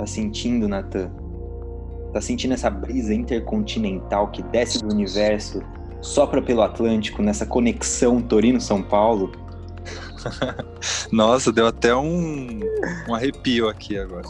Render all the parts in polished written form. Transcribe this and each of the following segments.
tá sentindo, Natan? Tá sentindo essa brisa intercontinental que desce do universo, sopra pelo Atlântico, nessa conexão Torino-São Paulo? Nossa, deu até um arrepio aqui agora.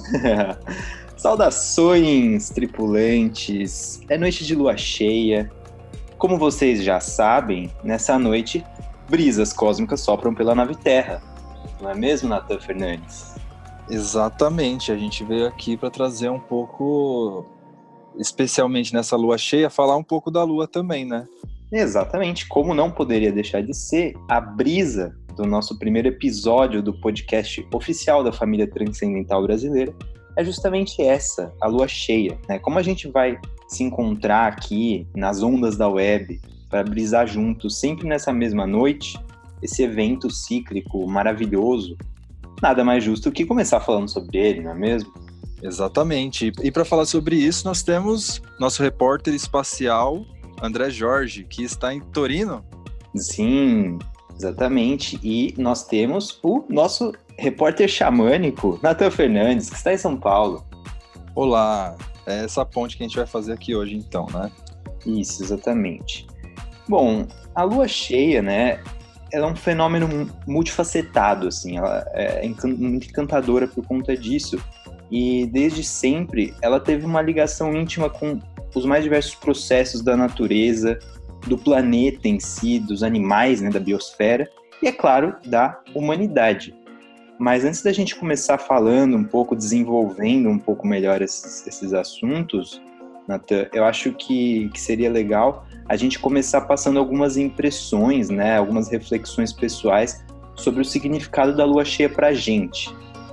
Saudações, tripulantes! É noite de lua cheia. Como vocês já sabem, nessa noite, brisas cósmicas sopram pela nave Terra. Não é mesmo, Natan Fernandes? Exatamente, a gente veio aqui para trazer um pouco, especialmente nessa lua cheia, falar um pouco da lua também, né? Exatamente, como não poderia deixar de ser, a brisa do nosso primeiro episódio do podcast oficial da família transcendental brasileira é justamente essa, a lua cheia, né? Como a gente vai se encontrar aqui nas ondas da web para brisar juntos sempre nessa mesma noite, esse evento cíclico maravilhoso, nada mais justo que começar falando sobre ele, não é mesmo? Exatamente, e para falar sobre isso nós temos nosso repórter espacial André Jorge, que está em Torino. Sim, exatamente. E nós temos o nosso repórter xamânico, Natan Fernandes, que está em São Paulo. Olá, é essa ponte que a gente vai fazer aqui hoje então, né? Isso, exatamente. Bom, a lua cheia, né, ela é um fenômeno multifacetado, assim, ela é muito encantadora por conta disso. E desde sempre ela teve uma ligação íntima com os mais diversos processos da natureza, do planeta em si, dos animais, né, da biosfera, e, é claro, da humanidade. Mas antes da gente começar falando um pouco, desenvolvendo um pouco melhor esses assuntos, Natan, eu acho que seria legal a gente começar passando algumas impressões, né, algumas reflexões pessoais sobre o significado da lua cheia pra gente.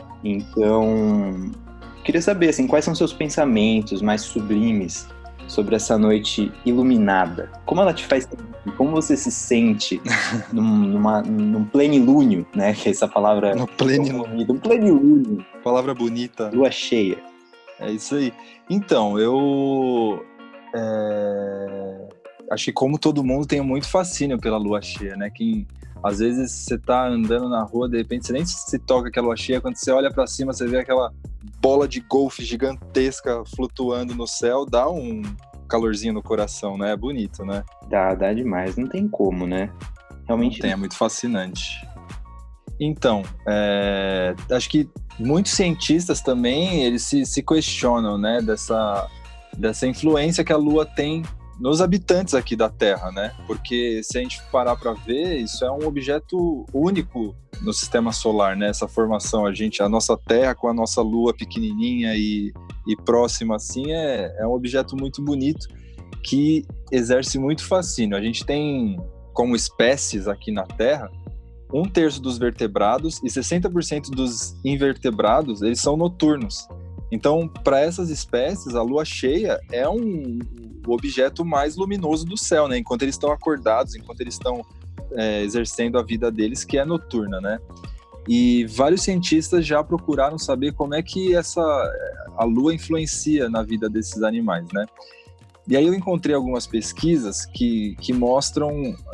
Então, queria saber, assim, quais são seus pensamentos mais sublimes sobre essa noite iluminada? Como ela te faz sentir? Como você se sente num plenilúnio, né? Que é essa palavra... No plenilúnio. Um plenilúnio. Palavra bonita. Lua cheia. É isso aí. Então, eu acho que como todo mundo tem muito fascínio pela lua cheia, né? Que às vezes você tá andando na rua, de repente você nem se toca aquela lua cheia, quando você olha pra cima, você vê aquela bola de golfe gigantesca flutuando no céu, dá um calorzinho no coração, né? É bonito, né? Dá demais, não tem como, né? Realmente é muito fascinante. Então, acho que muitos cientistas também, eles se questionam, né? Dessa influência que a Lua tem nos habitantes aqui da Terra, né? Porque se a gente parar para ver, isso é um objeto único no sistema solar, né? Essa formação, a nossa Terra com a nossa Lua pequenininha e próxima assim, é um objeto muito bonito que exerce muito fascínio. A gente tem, como espécies aqui na Terra, 1/3 dos vertebrados e 60% dos invertebrados, eles são noturnos. Então, para essas espécies, a lua cheia é o objeto mais luminoso do céu, né? Enquanto eles estão acordados, enquanto eles estão exercendo a vida deles, que é noturna, né? E vários cientistas já procuraram saber como é que a lua influencia na vida desses animais, né? E aí eu encontrei algumas pesquisas que mostram,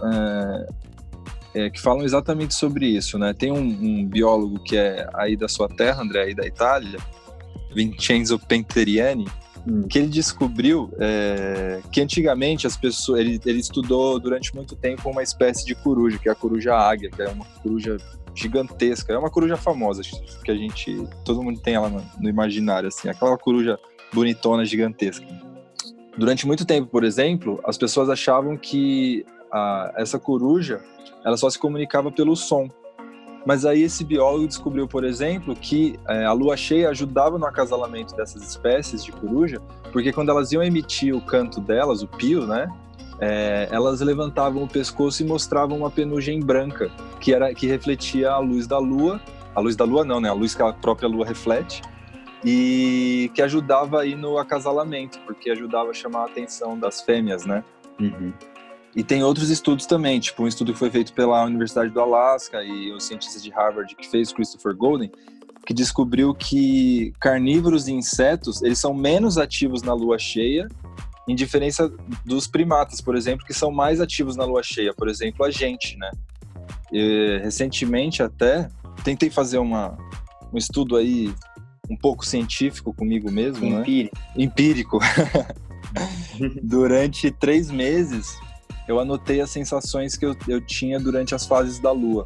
que falam exatamente sobre isso, né? Tem um biólogo que é aí da sua terra, André, aí da Itália, Vincenzo Penteriani, que ele descobriu que antigamente as pessoas... Ele estudou durante muito tempo uma espécie de coruja, que é a coruja águia, que é uma coruja gigantesca, é uma coruja famosa, que todo mundo tem ela no imaginário, assim, aquela coruja bonitona, gigantesca. Durante muito tempo, por exemplo, as pessoas achavam que essa coruja, ela só se comunicava pelo som. Mas aí esse biólogo descobriu, por exemplo, que a lua cheia ajudava no acasalamento dessas espécies de coruja, porque quando elas iam emitir o canto delas, o pio, né, elas levantavam o pescoço e mostravam uma penugem branca, que refletia a luz da lua não, né, a luz que a própria lua reflete, e que ajudava aí no acasalamento, porque ajudava a chamar a atenção das fêmeas, né? Uhum. E tem outros estudos também, tipo um estudo que foi feito pela Universidade do Alasca e os cientistas de Harvard que fez, Christopher Golden, que descobriu que carnívoros e insetos, eles são menos ativos na lua cheia, em diferença dos primatas, por exemplo, que são mais ativos na lua cheia, por exemplo, a gente, né? E, recentemente até, tentei fazer um estudo aí um pouco científico comigo mesmo, Empírico. né? Empírico. Durante 3 meses, eu anotei as sensações que eu tinha durante as fases da Lua.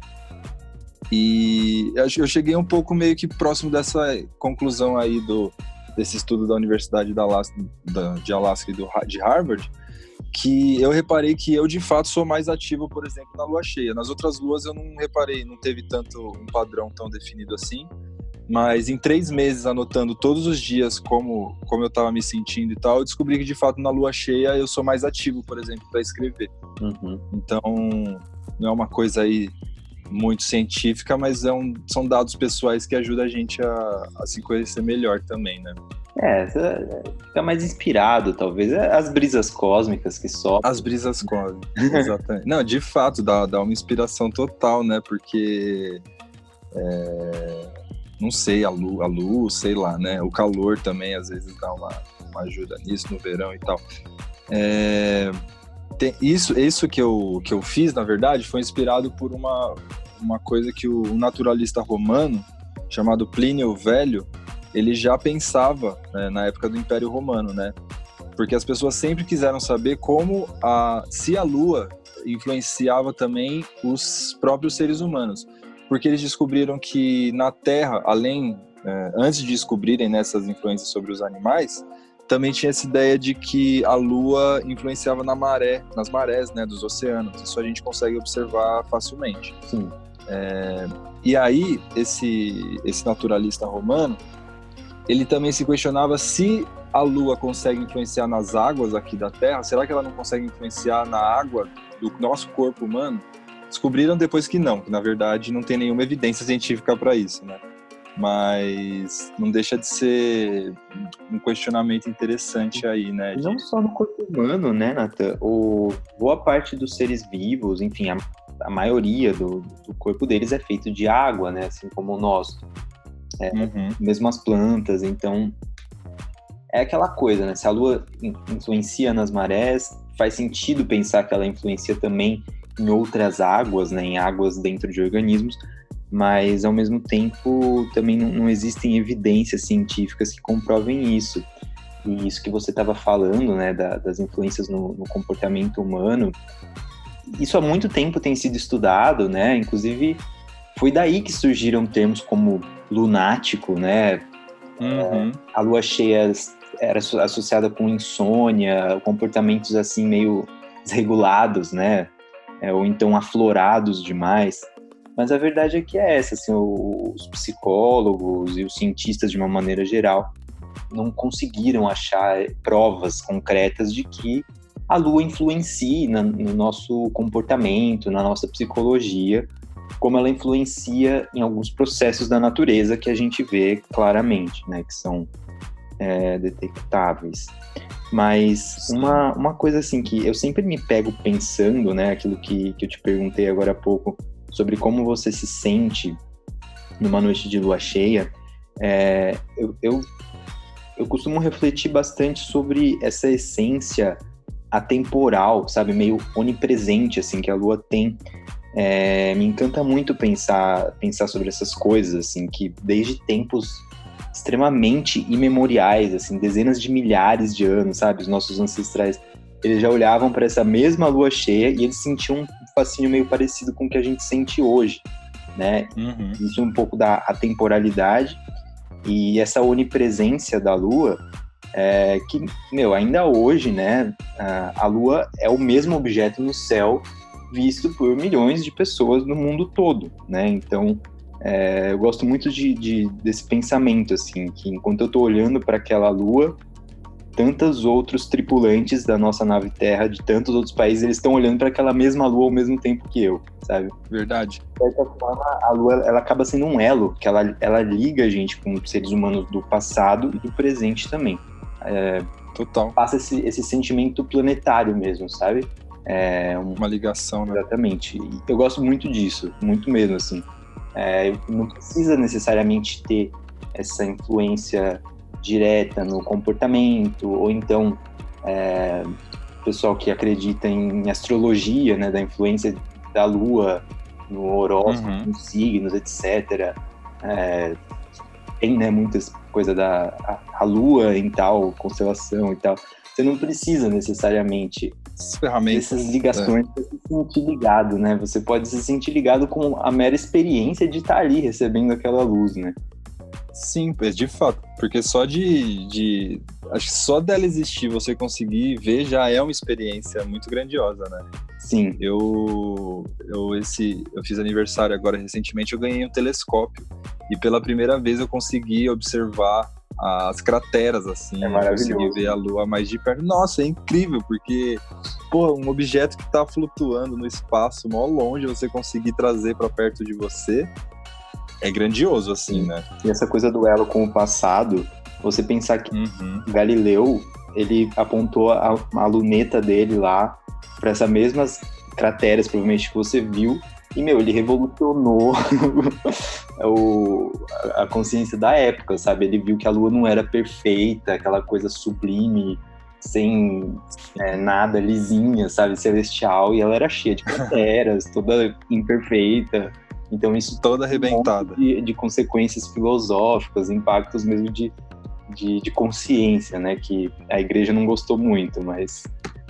E eu cheguei um pouco meio que próximo dessa conclusão aí desse estudo da Universidade de Alaska e de Harvard, que eu reparei que eu, de fato, sou mais ativo, por exemplo, na lua cheia. Nas outras luas eu não reparei, não teve tanto um padrão tão definido assim, mas em 3 meses, anotando todos os dias como eu estava me sentindo e tal, eu descobri que, de fato, na lua cheia eu sou mais ativo, por exemplo, para escrever. Uhum. Então, não é uma coisa aí muito científica, mas são dados pessoais que ajudam a gente a se conhecer melhor também, né? Fica mais inspirado, talvez. As brisas cósmicas que sopram. As brisas cósmicas, exatamente. Não, de fato, dá uma inspiração total, né? Porque, não sei, a luz, sei lá, né? O calor também, às vezes, dá uma ajuda nisso no verão e tal. Isso que eu fiz, na verdade, foi inspirado por uma coisa que o naturalista romano, chamado Plínio o Velho, ele já pensava, né, na época do Império Romano, né? Porque as pessoas sempre quiseram saber se a Lua influenciava também os próprios seres humanos. Porque eles descobriram que na Terra, antes de descobrirem essas influências sobre os animais, também tinha essa ideia de que a Lua influenciava nas marés, né, dos oceanos. Isso a gente consegue observar facilmente. Sim. E aí, esse naturalista romano, ele também se questionava se a Lua consegue influenciar nas águas aqui da Terra. Será que ela não consegue influenciar na água do nosso corpo humano? Descobriram depois que não, que na verdade não tem nenhuma evidência científica para isso, né? Mas não deixa de ser um questionamento interessante aí, né? Não só no corpo humano, né, Nathan? Boa parte dos seres vivos, enfim, a maioria do corpo deles é feito de água, né? Assim como o nosso. Mesmo as plantas, então é aquela coisa, né? Se a Lua influencia nas marés, faz sentido pensar que ela influencia também em outras águas, né? Em águas dentro de organismos, mas ao mesmo tempo também não existem evidências científicas que comprovem isso. E isso que você estava falando, né? Das influências no comportamento humano, isso há muito tempo tem sido estudado, né? Inclusive foi daí que surgiram termos como lunático, né? A lua cheia era associada com insônia, comportamentos assim meio desregulados, né? Ou então aflorados demais. Mas a verdade é que é essa, assim, os psicólogos e os cientistas de uma maneira geral não conseguiram achar provas concretas de que a lua influencia no nosso comportamento, na nossa psicologia, como ela influencia em alguns processos da natureza que a gente vê claramente, né, que são detectáveis. Mas uma coisa assim que eu sempre me pego pensando, né, aquilo que eu te perguntei agora há pouco, sobre como você se sente numa noite de lua cheia, eu costumo refletir bastante sobre essa essência atemporal, sabe, meio onipresente, assim, que a lua tem. Me encanta muito pensar sobre essas coisas, assim, que desde tempos extremamente imemoriais, assim, dezenas de milhares de anos, sabe, os nossos ancestrais, eles já olhavam para essa mesma lua cheia e eles sentiam um fascínio meio parecido com o que a gente sente hoje, né? Isso é um pouco da atemporalidade e essa onipresença da lua, que, ainda hoje, né, a lua é o mesmo objeto no céu visto por milhões de pessoas no mundo todo, né? Então, eu gosto muito desse pensamento, assim, que enquanto eu tô olhando para aquela lua, tantos outros tripulantes da nossa nave Terra, de tantos outros países, eles estão olhando para aquela mesma lua ao mesmo tempo que eu, sabe? Verdade. De certa forma, a lua, ela acaba sendo um elo, que ela liga a gente com seres humanos do passado e do presente também. Total. Passa esse sentimento planetário mesmo, sabe? Uma ligação, né? Exatamente. E eu gosto muito disso, muito mesmo, assim. Não precisa necessariamente ter essa influência direta no comportamento, ou então pessoal que acredita em astrologia, né, da influência da lua no horóscopo, nos signos, etc. Tem, né, muitas coisa a lua em tal constelação e tal. Você não precisa necessariamente dessas ligações para se sentir ligado, né? Você pode se sentir ligado com a mera experiência de estar ali recebendo aquela luz, né? Sim, de fato, porque só acho que só dela existir, você conseguir ver, já é uma experiência muito grandiosa, né? Sim. Eu fiz aniversário agora recentemente, eu ganhei um telescópio e pela primeira vez eu consegui observar as crateras, assim, consegui ver a Lua mais de perto. Nossa, é incrível, porque, pô, um objeto que tá flutuando no espaço, mó longe, você conseguir trazer para perto de você, é grandioso, assim, né? E essa coisa do elo com o passado, você pensar que Galileu, ele apontou a luneta dele lá para essas mesmas crateras, provavelmente, que você viu, e, ele revolucionou a consciência da época, sabe? Ele viu que a Lua não era perfeita, aquela coisa sublime, sem nada, lisinha, sabe? Celestial, e ela era cheia de crateras, toda imperfeita. Então isso toda arrebentada. De consequências filosóficas, impactos mesmo de consciência, né? Que a igreja não gostou muito, mas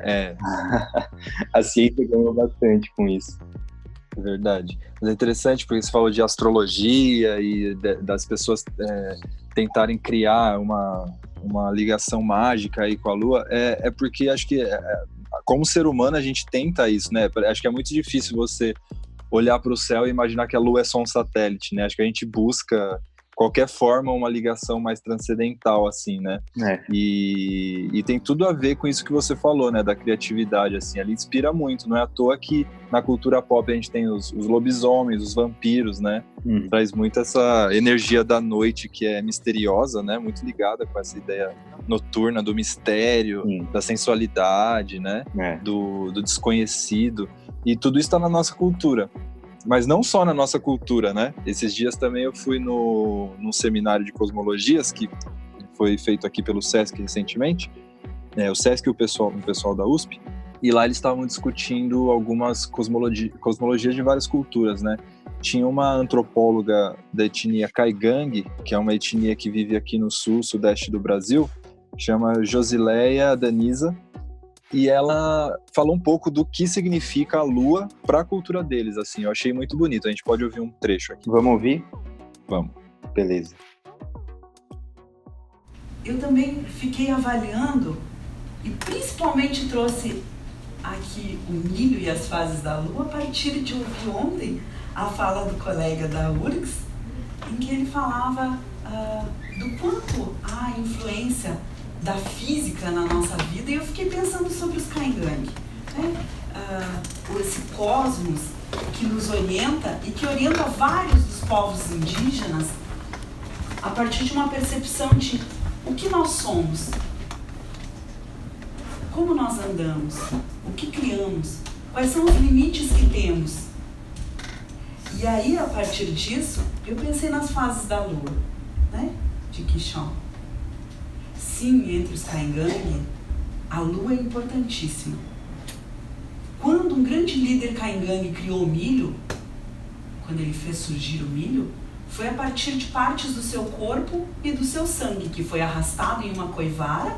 a ciência ganhou bastante com isso. É verdade. Mas é interessante porque você falou de astrologia e das pessoas tentarem criar uma ligação mágica aí com a Lua. É porque acho que como ser humano a gente tenta isso, né? Acho que é muito difícil você olhar para o céu e imaginar que a Lua é só um satélite, né? Acho que a gente busca, qualquer forma, uma ligação mais transcendental, assim, né? E tem tudo a ver com isso que você falou, né? Da criatividade, assim. Ela inspira muito. Não é à toa que na cultura pop a gente tem os lobisomens, os vampiros, né? Traz muito essa energia da noite que é misteriosa, né? Muito ligada com essa ideia noturna do mistério, da sensualidade, né? Do desconhecido. E tudo isso está na nossa cultura. Mas não só na nossa cultura, né? Esses dias também eu fui num seminário de cosmologias que foi feito aqui pelo Sesc recentemente. O Sesc e o pessoal da USP. E lá eles estavam discutindo algumas cosmologias de várias culturas, né? Tinha uma antropóloga da etnia Caigangue, que é uma etnia que vive aqui no sul, sudeste do Brasil, chama Josileia Danisa. E ela falou um pouco do que significa a Lua para a cultura deles, assim. Eu achei muito bonito. A gente pode ouvir um trecho aqui. Vamos ouvir? Vamos. Beleza. Eu também fiquei avaliando e principalmente trouxe aqui o milho e as fases da Lua a partir de ouvir ontem a fala do colega da URGS, em que ele falava do quanto há influência da física na nossa vida, e eu fiquei pensando sobre os Caingangue, né? Esse cosmos que nos orienta e que orienta vários dos povos indígenas a partir de uma percepção de o que nós somos, como nós andamos, o que criamos, quais são os limites que temos. E aí, a partir disso, eu pensei nas fases da Lua, né? De Quixão. Sim, entre os Caingangue, a Lua é importantíssima. Quando um grande líder Caingangue criou o milho, quando ele fez surgir o milho, foi a partir de partes do seu corpo e do seu sangue, que foi arrastado em uma coivara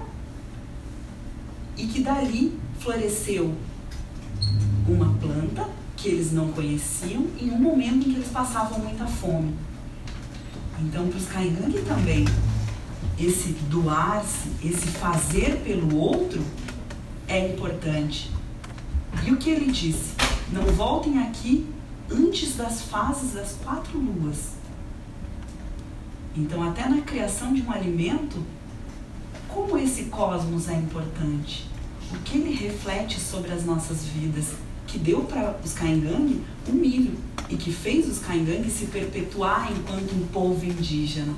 e que dali floresceu uma planta que eles não conheciam em um momento em que eles passavam muita fome. Então, para os Caingangue também, esse doar-se, esse fazer pelo outro é importante. E o que ele disse? Não voltem aqui antes das fases das 4 luas. Então, até na criação de um alimento, como esse cosmos é importante? O que ele reflete sobre as nossas vidas? Que deu para os Caingangue o milho e que fez os Caingangue se perpetuar enquanto um povo indígena.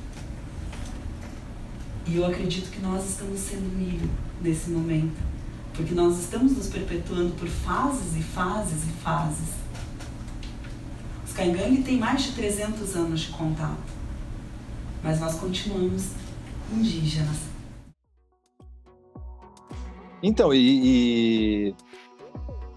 E eu acredito que nós estamos sendo milho nesse momento, porque nós estamos nos perpetuando por fases e fases e fases. Os Caingangue têm mais de 300 anos de contato, mas nós continuamos indígenas. Então,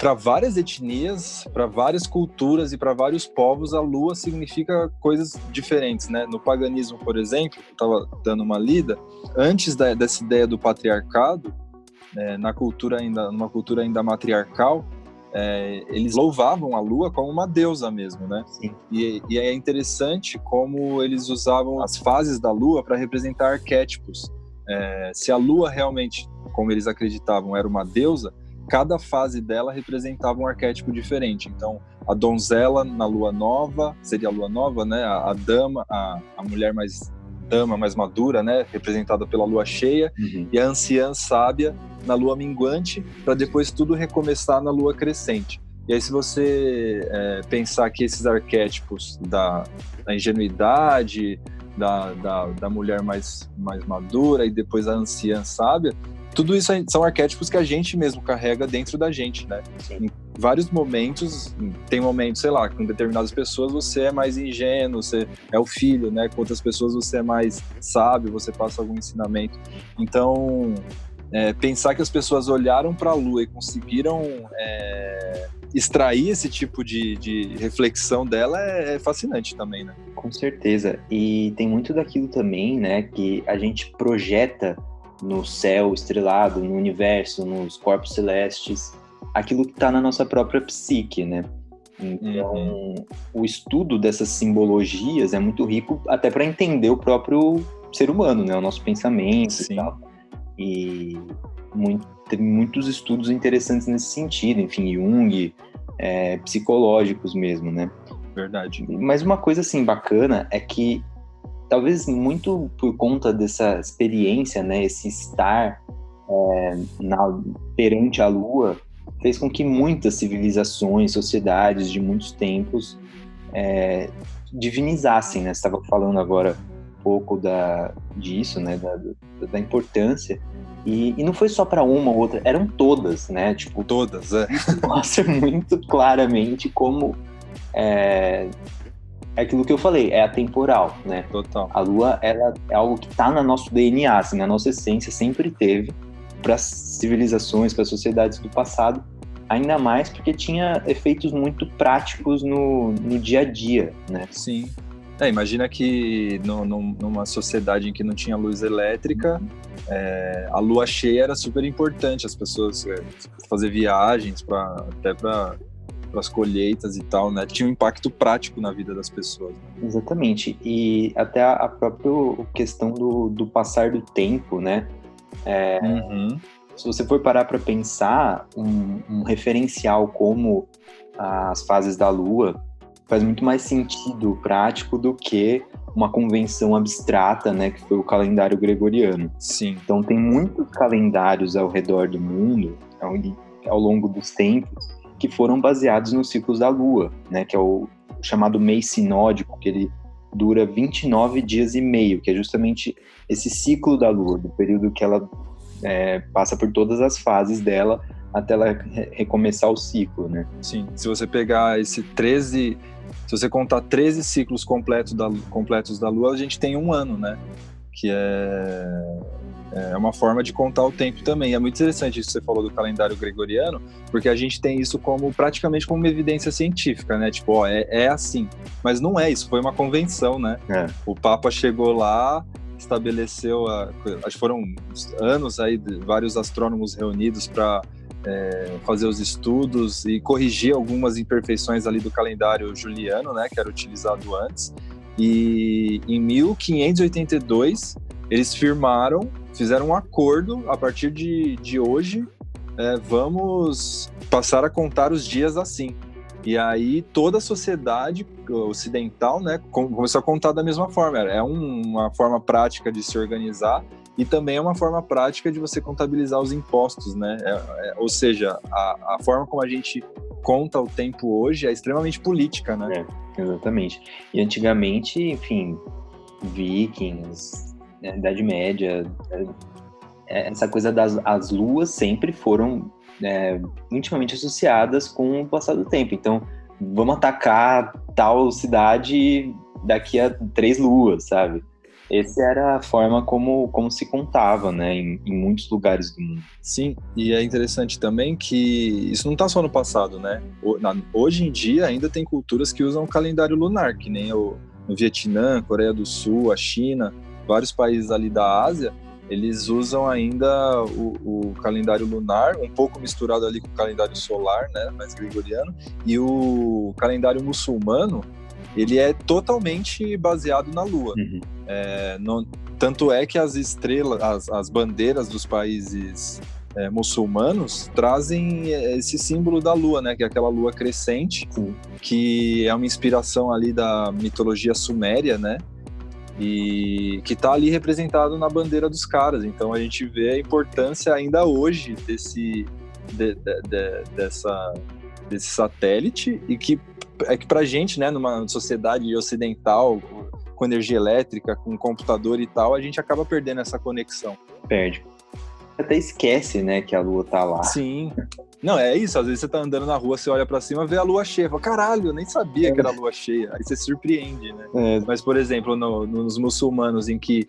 para várias etnias, para várias culturas e para vários povos, a lua significa coisas diferentes, né? No paganismo, por exemplo, eu estava dando uma lida, antes dessa ideia do patriarcado, numa cultura ainda matriarcal, eles louvavam a lua como uma deusa mesmo, né? Sim. E é interessante como eles usavam as fases da lua para representar arquétipos. Se a lua realmente, como eles acreditavam, era uma deusa, cada fase dela representava um arquétipo diferente. Então, a donzela na lua nova, seria a lua nova, né? A dama, a mulher mais dama, mais madura, né? Representada pela lua cheia, e a anciã sábia na lua minguante, para depois tudo recomeçar na lua crescente. E aí, se você pensar que esses arquétipos da ingenuidade, da mulher mais madura e depois a anciã sábia, tudo isso são arquétipos que a gente mesmo carrega dentro da gente, né? Sim. Em vários momentos, tem momentos, sei lá, com determinadas pessoas você é mais ingênuo, você é o filho, né? Com outras pessoas você é mais sábio, você passa algum ensinamento. Então, pensar que as pessoas olharam para a lua e conseguiram extrair esse tipo de reflexão dela é fascinante também, né? Com certeza. E tem muito daquilo também, né, que a gente projeta no céu estrelado, no universo, nos corpos celestes, aquilo que está na nossa própria psique, né? Então, o estudo dessas simbologias é muito rico até para entender o próprio ser humano, né? O nosso pensamento. Sim. E tal. E tem muitos estudos interessantes nesse sentido, enfim, Jung, psicológicos mesmo, né? Verdade. Mas uma coisa, assim, bacana é que talvez muito por conta dessa experiência, né, esse estar perante a Lua, fez com que muitas civilizações, sociedades de muitos tempos divinizassem, né? Você estava falando agora um pouco disso, né, da importância, e não foi só para uma ou outra, eram todas, né? Tipo, todas, Isso mostra muito claramente como é aquilo que eu falei, é atemporal, né? Total. A Lua, ela é algo que está no nosso DNA, assim, na nossa essência, sempre teve, para as civilizações, para as sociedades do passado, ainda mais porque tinha efeitos muito práticos no dia a dia, né? Sim. Imagina que numa sociedade em que não tinha luz elétrica, a lua cheia era super importante, as pessoas fazer viagens até para as colheitas e tal, né? Tinha um impacto prático na vida das pessoas. Né? Exatamente. E até a própria questão do passar do tempo, né? Se você for parar para pensar, um referencial como as fases da Lua faz muito mais sentido prático do que uma convenção abstrata, né? Que foi o calendário gregoriano. Sim. Então tem muitos calendários ao redor do mundo, ao longo dos tempos, que foram baseados nos ciclos da Lua, né, que é o chamado mês sinódico, que ele dura 29 dias e meio, que é justamente esse ciclo da Lua, do período que ela passa por todas as fases dela até ela recomeçar o ciclo, né? Sim, se você pegar se você contar 13 ciclos completos da Lua, a gente tem um ano, né? Que é uma forma de contar o tempo também. É muito interessante isso que você falou do calendário gregoriano, porque a gente tem isso praticamente como uma evidência científica, né? Tipo, é assim. Mas não é, isso foi uma convenção, né? O Papa chegou lá, estabeleceu, acho que foram anos aí, vários astrônomos reunidos para fazer os estudos e corrigir algumas imperfeições ali do calendário juliano, né? Que era utilizado antes. E em 1582, eles fizeram um acordo, a partir de hoje, vamos passar a contar os dias assim. E aí toda a sociedade ocidental, né, começou a contar da mesma forma. É uma forma prática de se organizar e também é uma forma prática de você contabilizar os impostos, né? Ou seja, a forma como a gente conta o tempo hoje é extremamente política, né? Exatamente. E antigamente, enfim, vikings, Idade Média, essa coisa as luas sempre foram intimamente associadas com o passar do tempo. Então, vamos atacar tal cidade daqui a 3 luas, sabe? Essa era a forma como se contava, né, em muitos lugares do mundo. Sim, e é interessante também que isso não está só no passado, né? Hoje em dia ainda tem culturas que usam o calendário lunar, que nem o Vietnã, Coreia do Sul, a China, vários países ali da Ásia, eles usam ainda o calendário lunar, um pouco misturado ali com o calendário solar, né, mais gregoriano, e o calendário muçulmano, ele é totalmente baseado na Lua. Tanto é que as estrelas, as bandeiras dos países muçulmanos trazem esse símbolo da Lua, né? Que é aquela Lua crescente, que é uma inspiração ali da mitologia suméria, né? E que está ali representado na bandeira dos caras. Então a gente vê a importância ainda hoje desse satélite, e que pra gente, né, numa sociedade ocidental, com energia elétrica, com computador e tal, a gente acaba perdendo essa conexão. Perde. Até esquece, né, que a Lua tá lá. Sim. Não, é isso. Às vezes você tá andando na rua, você olha pra cima, vê a lua cheia. Fala, caralho, eu nem sabia que era a lua cheia. Aí você se surpreende, né? Mas, por exemplo, nos muçulmanos, em que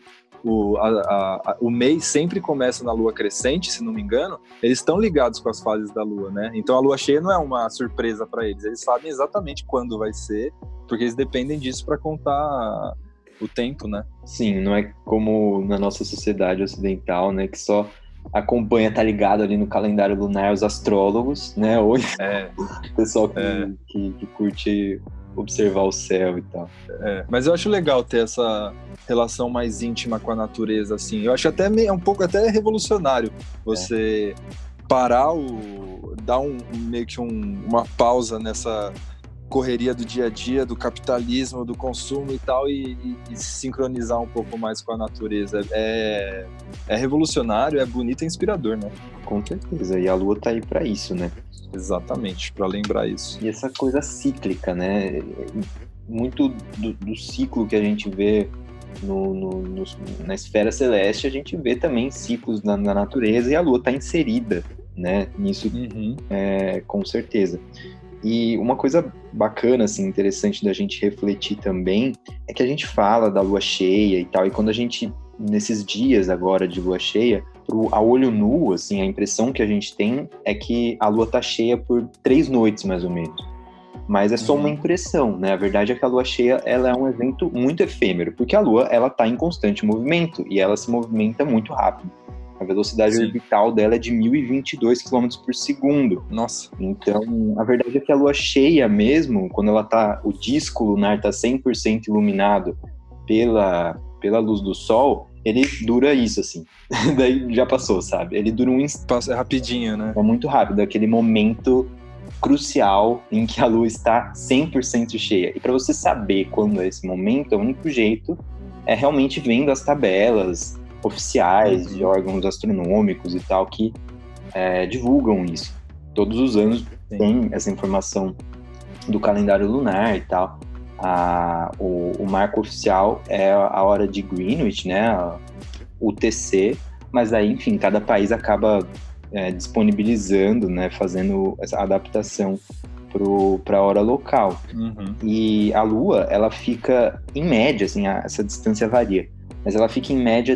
o mês sempre começa na lua crescente, se não me engano, eles estão ligados com as fases da lua, né? Então a lua cheia não é uma surpresa para eles. Eles sabem exatamente quando vai ser, porque eles dependem disso para contar o tempo, né? Sim, não é como na nossa sociedade ocidental, né, que só acompanha, tá ligado ali no calendário lunar, os astrólogos, né, ou o pessoal que curte observar o céu e tal. Mas eu acho legal ter essa relação mais íntima com a natureza, assim. Eu acho até um pouco até revolucionário você parar, dar meio que uma pausa nessa correria do dia a dia, do capitalismo, do consumo e tal, e se sincronizar um pouco mais com a natureza. É revolucionário, é bonito e inspirador, né? Com certeza, e a Lua tá aí para isso, né? Exatamente, para lembrar isso. E essa coisa cíclica, né? Muito do ciclo que a gente vê na esfera celeste, a gente vê também ciclos na natureza, e a Lua tá inserida, né, nisso, com certeza. E uma coisa bacana, assim, interessante da gente refletir também, é que a gente fala da lua cheia e tal, e quando a gente, nesses dias agora de lua cheia, a olho nu, assim, a impressão que a gente tem é que a lua tá cheia por 3 noites, mais ou menos. Mas é só uma impressão, né? A verdade é que a lua cheia, ela é um evento muito efêmero, porque a lua, ela tá em constante movimento, e ela se movimenta muito rápido. A velocidade orbital dela é de 1.022 km por segundo. Nossa. Então, a verdade é que a lua cheia mesmo, quando o disco lunar está 100% iluminado pela luz do sol, ele dura isso, assim. Daí já passou, sabe? Ele dura um instante. É rapidinho, né? É muito rápido, aquele momento crucial em que a lua está 100% cheia. E para você saber quando é esse momento, o único jeito é realmente vendo as tabelas oficiais de órgãos astronômicos e tal, que divulgam isso. Todos os anos tem essa informação do calendário lunar e tal. O marco oficial é a hora de Greenwich, né, o UTC, mas aí, enfim, cada país acaba disponibilizando, né, fazendo essa adaptação para a hora local. E a Lua, ela fica, em média, assim, essa distância varia, mas ela fica em média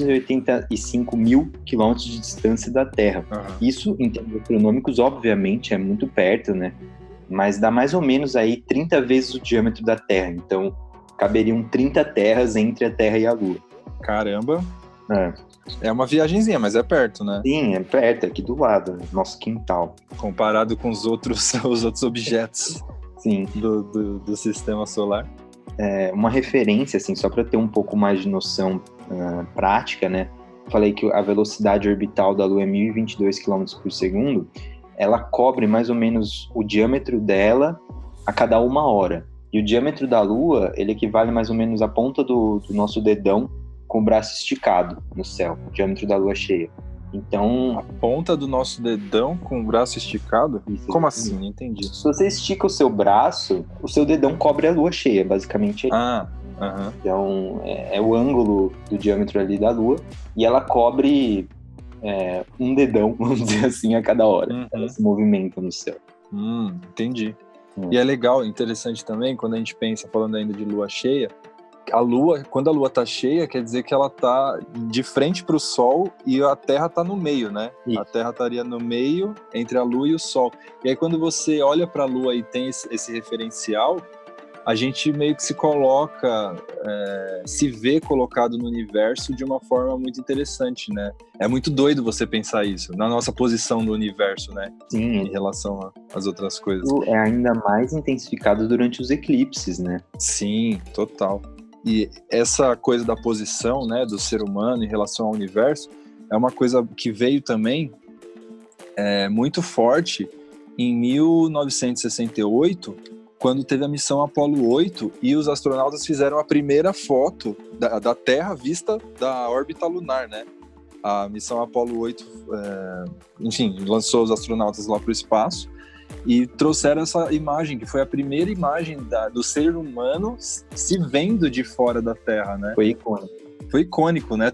385 mil quilômetros de distância da Terra. Isso, em termos astronômicos, obviamente, é muito perto, né? Mas dá mais ou menos aí 30 vezes o diâmetro da Terra. Então, caberiam 30 terras entre a Terra e a Lua. Caramba! É uma viagenzinha, mas é perto, né? Sim, é perto, é aqui do lado, nosso quintal. Comparado com os outros objetos Sim. do sistema solar. Uma referência, assim, só para ter um pouco mais de noção prática, né? Falei que a velocidade orbital da Lua é 1.022 km por segundo. Ela cobre mais ou menos o diâmetro dela a cada 1 hora. E o diâmetro da Lua, ele equivale mais ou menos à ponta do nosso dedão com o braço esticado no céu, o diâmetro da Lua cheia. Então... A ponta do nosso dedão com o braço esticado? Isso, como assim? Não entendi. Se você estica o seu braço, o seu dedão cobre a Lua cheia, basicamente. Então, é o ângulo do diâmetro ali da Lua, e ela cobre um dedão, vamos dizer assim, a cada hora. Ela se movimenta no céu. Entendi. E é legal, interessante também, quando a gente pensa, falando ainda de Lua cheia, a Lua, quando a Lua tá cheia, quer dizer que ela tá de frente para o Sol e a Terra tá no meio, né? Isso. A Terra estaria no meio entre a Lua e o Sol. E aí quando você olha para a Lua e tem esse referencial, a gente meio que se coloca, se vê colocado no universo de uma forma muito interessante, né? É muito doido você pensar isso, na nossa posição no universo, né? Sim, Em relação às outras coisas. isso é ainda mais intensificado durante os eclipses, né? Sim, total. E essa coisa da posição, né, do ser humano em relação ao universo é uma coisa que veio também muito forte em 1968, quando teve a missão Apollo 8 e os astronautas fizeram a primeira foto da Terra vista da órbita lunar, né? A missão Apollo 8, enfim, lançou os astronautas lá para o espaço e trouxeram essa imagem, que foi a primeira imagem do ser humano se vendo de fora da Terra, né? Foi icônico. Foi icônico, né?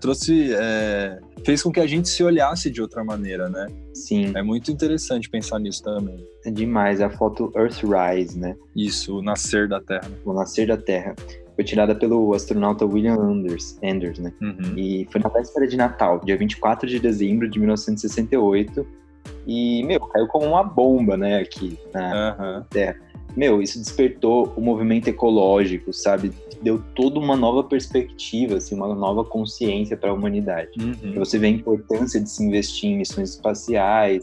Fez com que a gente se olhasse de outra maneira, né? Sim. É muito interessante pensar nisso também. É demais. A foto Earthrise, né? Isso, o nascer da Terra. O nascer da Terra. Foi tirada pelo astronauta William Anders, né? Uhum. E foi na véspera de Natal, dia 24 de dezembro de 1968. E, caiu como uma bomba, né, aqui na Terra. Isso despertou o movimento ecológico, sabe? Deu toda uma nova perspectiva, assim, uma nova consciência para a humanidade. Uhum. Você vê a importância de se investir em missões espaciais,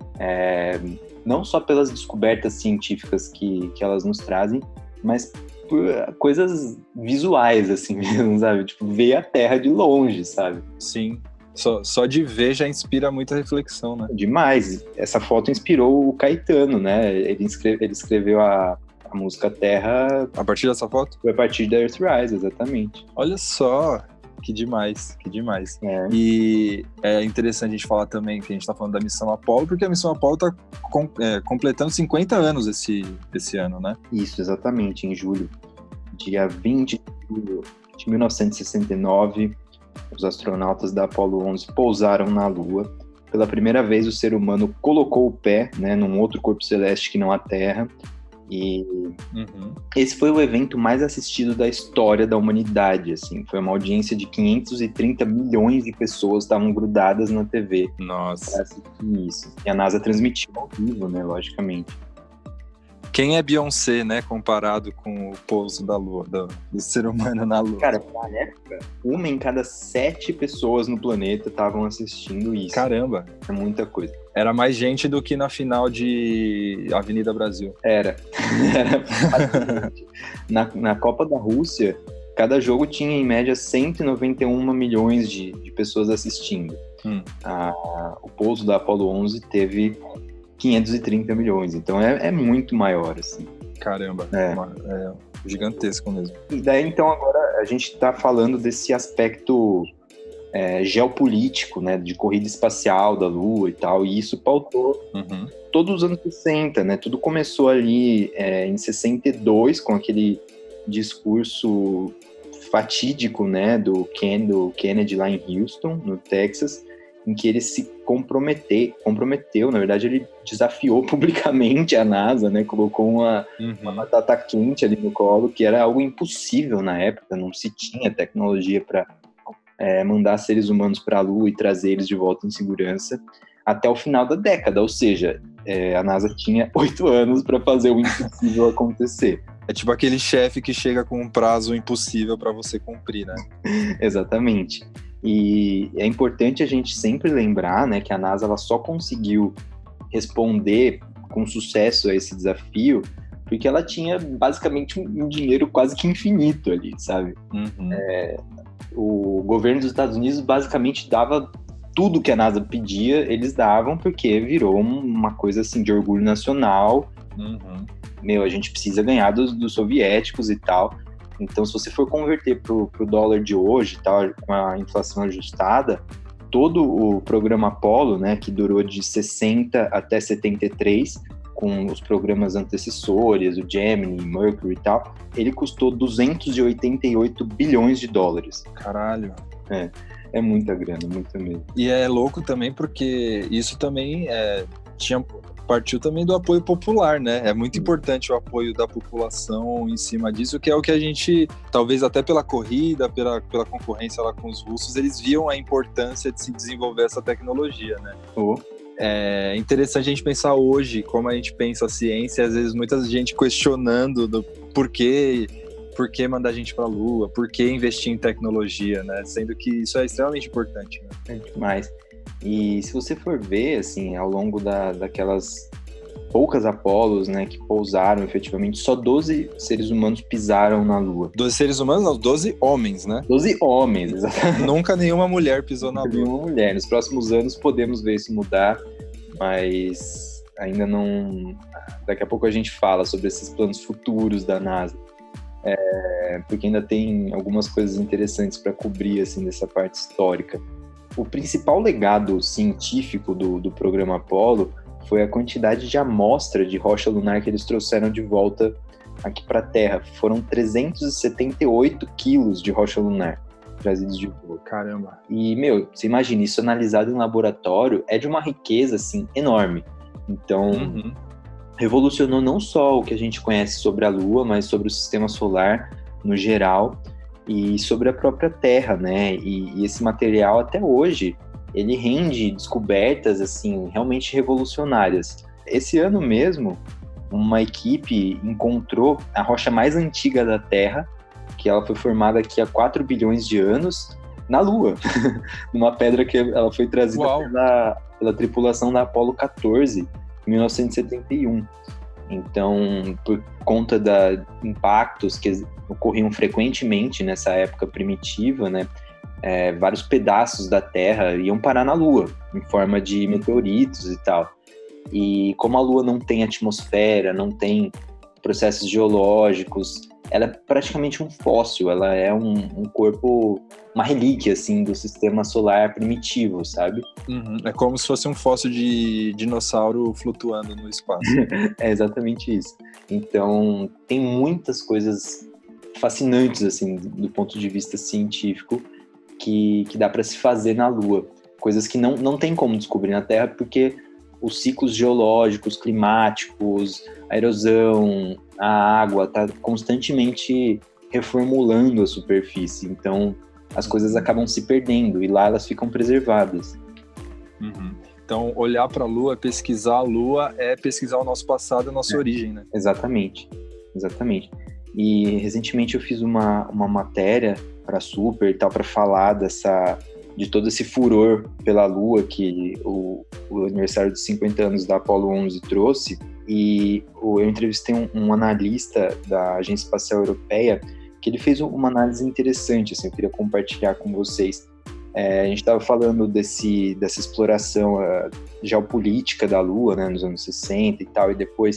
não só pelas descobertas científicas que elas nos trazem, mas por coisas visuais, assim mesmo, sabe? Tipo, ver a Terra de longe, sabe? Sim. Só de ver já inspira muita reflexão, né? Demais. Essa foto inspirou o Caetano, né? Ele escreveu a música Terra... A partir dessa foto? Foi a partir da Earthrise, exatamente. Olha só, que demais, que demais. É. E é interessante a gente falar também que a gente tá falando da missão Apollo, porque a missão Apollo tá completando 50 anos esse ano, né? Isso, exatamente, em julho. Dia 20 de julho de 1969... Os astronautas da Apollo 11 pousaram na Lua. Pela primeira vez, o ser humano colocou o pé, né, num outro corpo celeste que não a Terra. E esse foi o evento mais assistido da história da humanidade. Assim. Foi uma audiência de 530 milhões de pessoas que estavam grudadas na TV. Nossa. Para assistir isso. E a NASA transmitiu ao vivo, né, logicamente. Quem é Beyoncé, né, comparado com o pouso da Lua, do ser humano na Lua? Cara, na época, 1 em cada 7 pessoas no planeta estavam assistindo isso. Caramba! É muita coisa. Era mais gente do que na final de Avenida Brasil. Era na Copa da Rússia, cada jogo tinha em média 191 milhões de pessoas assistindo. O pouso da Apollo 11 teve 530 milhões, então é muito maior, assim. Caramba, é gigantesco mesmo. E daí, então, agora a gente está falando desse aspecto geopolítico, né, de corrida espacial da Lua e tal, e isso pautou todos os anos 60, né, tudo começou ali em 62, com aquele discurso fatídico, né, do Kennedy lá em Houston, no Texas, em que ele se comprometeu, na verdade ele desafiou publicamente a NASA, né, colocou uma batata quente ali no colo, que era algo impossível na época, não se tinha tecnologia para mandar seres humanos para a Lua e trazer eles de volta em segurança até o final da década, ou seja, a NASA tinha 8 anos para fazer o impossível acontecer. É tipo aquele chefe que chega com um prazo impossível para você cumprir, né? Exatamente. E é importante a gente sempre lembrar, né, que a NASA ela só conseguiu responder com sucesso a esse desafio porque ela tinha basicamente um dinheiro quase que infinito ali, sabe? O governo dos Estados Unidos basicamente dava tudo que a NASA pedia, eles davam, porque virou uma coisa assim de orgulho nacional. A gente precisa ganhar dos soviéticos e tal. Então, se você for converter pro dólar de hoje, tá, com a inflação ajustada, todo o programa Apollo, né, que durou de 60 até 73, com os programas antecessores, o Gemini, Mercury e tal, ele custou 288 bilhões de dólares. Caralho. É muita grana, muita mesmo. E é louco também porque isso também tinha partiu também do apoio popular, né? É muito importante o apoio da população em cima disso, que é o que a gente, talvez até pela corrida, pela concorrência lá com os russos, eles viam a importância de se desenvolver essa tecnologia, né? É interessante a gente pensar hoje como a gente pensa a ciência, às vezes muita gente questionando do por que mandar a gente para a Lua, por que investir em tecnologia, né? Sendo que isso é extremamente importante, né? É demais. E se você for ver, assim, ao longo daquelas poucas Apolos, né, que pousaram efetivamente, só 12 seres humanos pisaram na Lua. 12 seres humanos? Não, 12 homens, né? 12 homens, exatamente. Nunca nenhuma mulher pisou na Lua. Nenhuma mulher. Nos próximos anos podemos ver isso mudar, mas ainda não... Daqui a pouco a gente fala sobre esses planos futuros da NASA. Porque ainda tem algumas coisas interessantes para cobrir, assim, dessa parte histórica. O principal legado científico do programa Apollo foi a quantidade de amostra de rocha lunar que eles trouxeram de volta aqui para a Terra. Foram 378 quilos de rocha lunar trazidos de volta. Caramba! E, você imagina, isso analisado em laboratório é de uma riqueza, assim, enorme. Então, revolucionou não só o que a gente conhece sobre a Lua, mas sobre o sistema solar no geral e sobre a própria Terra, né? E esse material, até hoje, ele rende descobertas, assim, realmente revolucionárias. Esse ano mesmo, uma equipe encontrou a rocha mais antiga da Terra, que ela foi formada aqui há 4 bilhões de anos, na Lua. Numa pedra que ela foi trazida pela tripulação da Apollo 14, em 1971. Então, por conta de impactos que ocorriam frequentemente nessa época primitiva, né, vários pedaços da Terra iam parar na Lua, em forma de meteoritos e tal. E como a Lua não tem atmosfera, não tem processos geológicos, ela é praticamente um fóssil, ela é um corpo, uma relíquia, assim, do sistema solar primitivo, sabe? É como se fosse um fóssil de dinossauro flutuando no espaço. É exatamente isso. Então, tem muitas coisas fascinantes, assim, do ponto de vista científico, que dá para se fazer na Lua. Coisas que não tem como descobrir na Terra, porque os ciclos geológicos, climáticos, a erosão, a água está constantemente reformulando a superfície. Então, as coisas acabam se perdendo e lá elas ficam preservadas. Então, olhar para a Lua, pesquisar a Lua, é pesquisar o nosso passado e a nossa origem, né? Exatamente. E recentemente eu fiz uma matéria para a Super e tal, para falar de todo esse furor pela Lua que o aniversário dos 50 anos da Apollo 11 trouxe. E eu entrevistei um analista da Agência Espacial Europeia que ele fez uma análise interessante, assim, eu queria compartilhar com vocês. A gente estava falando dessa exploração geopolítica da Lua, né, nos anos 60 e tal, e depois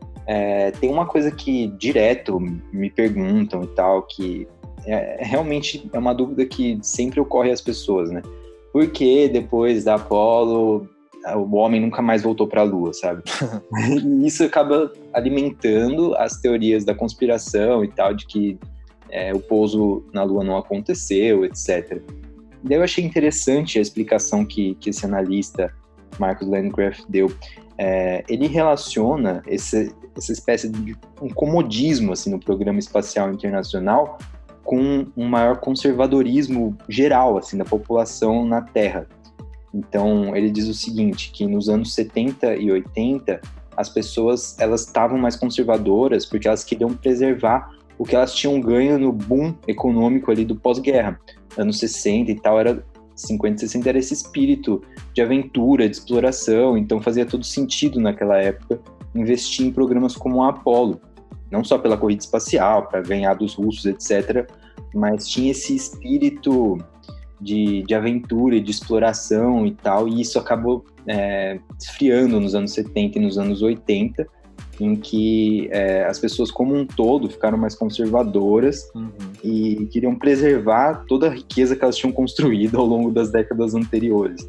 tem uma coisa que direto me perguntam e tal, que realmente é uma dúvida que sempre ocorre às pessoas, né? Por que depois da Apollo o homem nunca mais voltou para a Lua, sabe? E isso acaba alimentando as teorias da conspiração e tal, de que o pouso na Lua não aconteceu, etc. Daí eu achei interessante a explicação que esse analista, Marcus Landgraf, deu. Ele relaciona essa espécie de um comodismo assim, no Programa Espacial Internacional com um maior conservadorismo geral assim, da população na Terra. Então, ele diz o seguinte, que nos anos 70 e 80, as pessoas elas estavam mais conservadoras porque elas queriam preservar o que elas tinham ganho no boom econômico ali do pós-guerra. Anos 60 e tal, 50 e 60 era esse espírito de aventura, de exploração, então fazia todo sentido naquela época investir em programas como a Apollo, não só pela corrida espacial, para ganhar dos russos, etc., mas tinha esse espírito de aventura e de exploração e tal, e isso acabou esfriando nos anos 70 e nos anos 80, em que as pessoas como um todo ficaram mais conservadoras e queriam preservar toda a riqueza que elas tinham construído ao longo das décadas anteriores.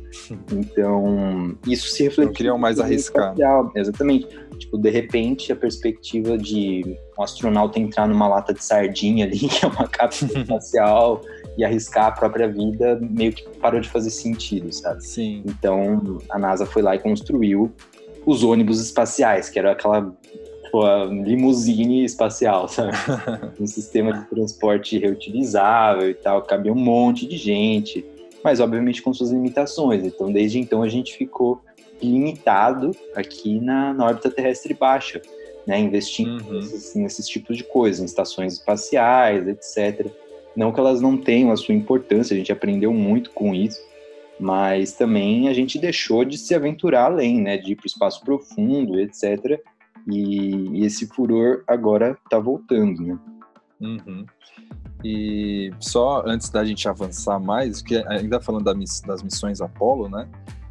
Então, isso se refletiu... Não queriam mais arriscar. Exatamente. Tipo, de repente, a perspectiva de um astronauta entrar numa lata de sardinha ali, que é uma cápsula espacial, e arriscar a própria vida, meio que parou de fazer sentido, sabe? Sim. Então, a NASA foi lá e construiu os ônibus espaciais, que era aquela a limusine espacial, sabe? Um sistema de transporte reutilizável e tal, cabia um monte de gente, mas obviamente com suas limitações. Então, desde então, a gente ficou limitado aqui na órbita terrestre baixa, né? Investindo nesses tipos de coisas, em estações espaciais, etc. Não que elas não tenham a sua importância, a gente aprendeu muito com isso, mas também a gente deixou de se aventurar além, né? De ir para o espaço profundo, etc., e esse furor agora tá voltando, né? E só antes da gente avançar mais, que ainda falando das missões Apollo, né?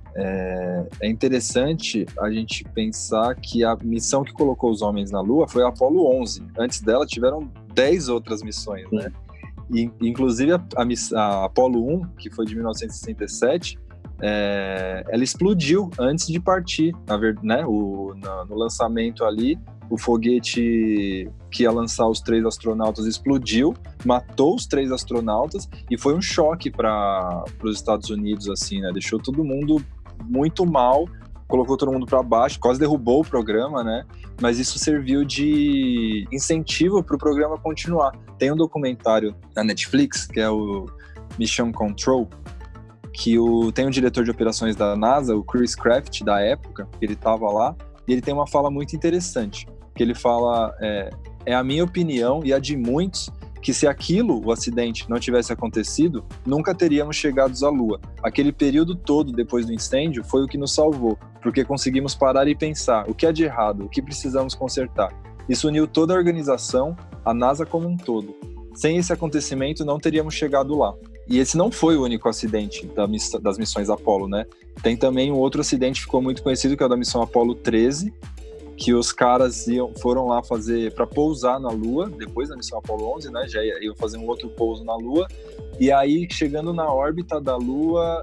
É interessante a gente pensar que a missão que colocou os homens na Lua foi a Apollo 11. Antes dela tiveram 10 outras missões, né? E, inclusive a Apollo 1, que foi de 1967, ela explodiu antes de partir, né? No lançamento ali, o foguete que ia lançar os 3 astronautas explodiu, matou os 3 astronautas e foi um choque para os Estados Unidos, assim, né? Deixou todo mundo muito mal, colocou todo mundo para baixo, quase derrubou o programa, né? Mas isso serviu de incentivo para o programa continuar. Tem um documentário na Netflix, que é o Mission Control, que tem um diretor de operações da NASA, o Chris Kraft, da época, que ele estava lá, e ele tem uma fala muito interessante, que ele fala, é a minha opinião e a de muitos, que se o acidente, não tivesse acontecido, nunca teríamos chegado à Lua. Aquele período todo depois do incêndio foi o que nos salvou, porque conseguimos parar e pensar o que é de errado, o que precisamos consertar. Isso uniu toda a organização, a NASA como um todo. Sem esse acontecimento, não teríamos chegado lá. E esse não foi o único acidente das missões Apollo, né? Tem também um outro acidente que ficou muito conhecido, que é o da missão Apollo 13, que os caras foram lá fazer para pousar na Lua, depois da missão Apollo 11, né? Já iam fazer um outro pouso na Lua. E aí, chegando na órbita da Lua,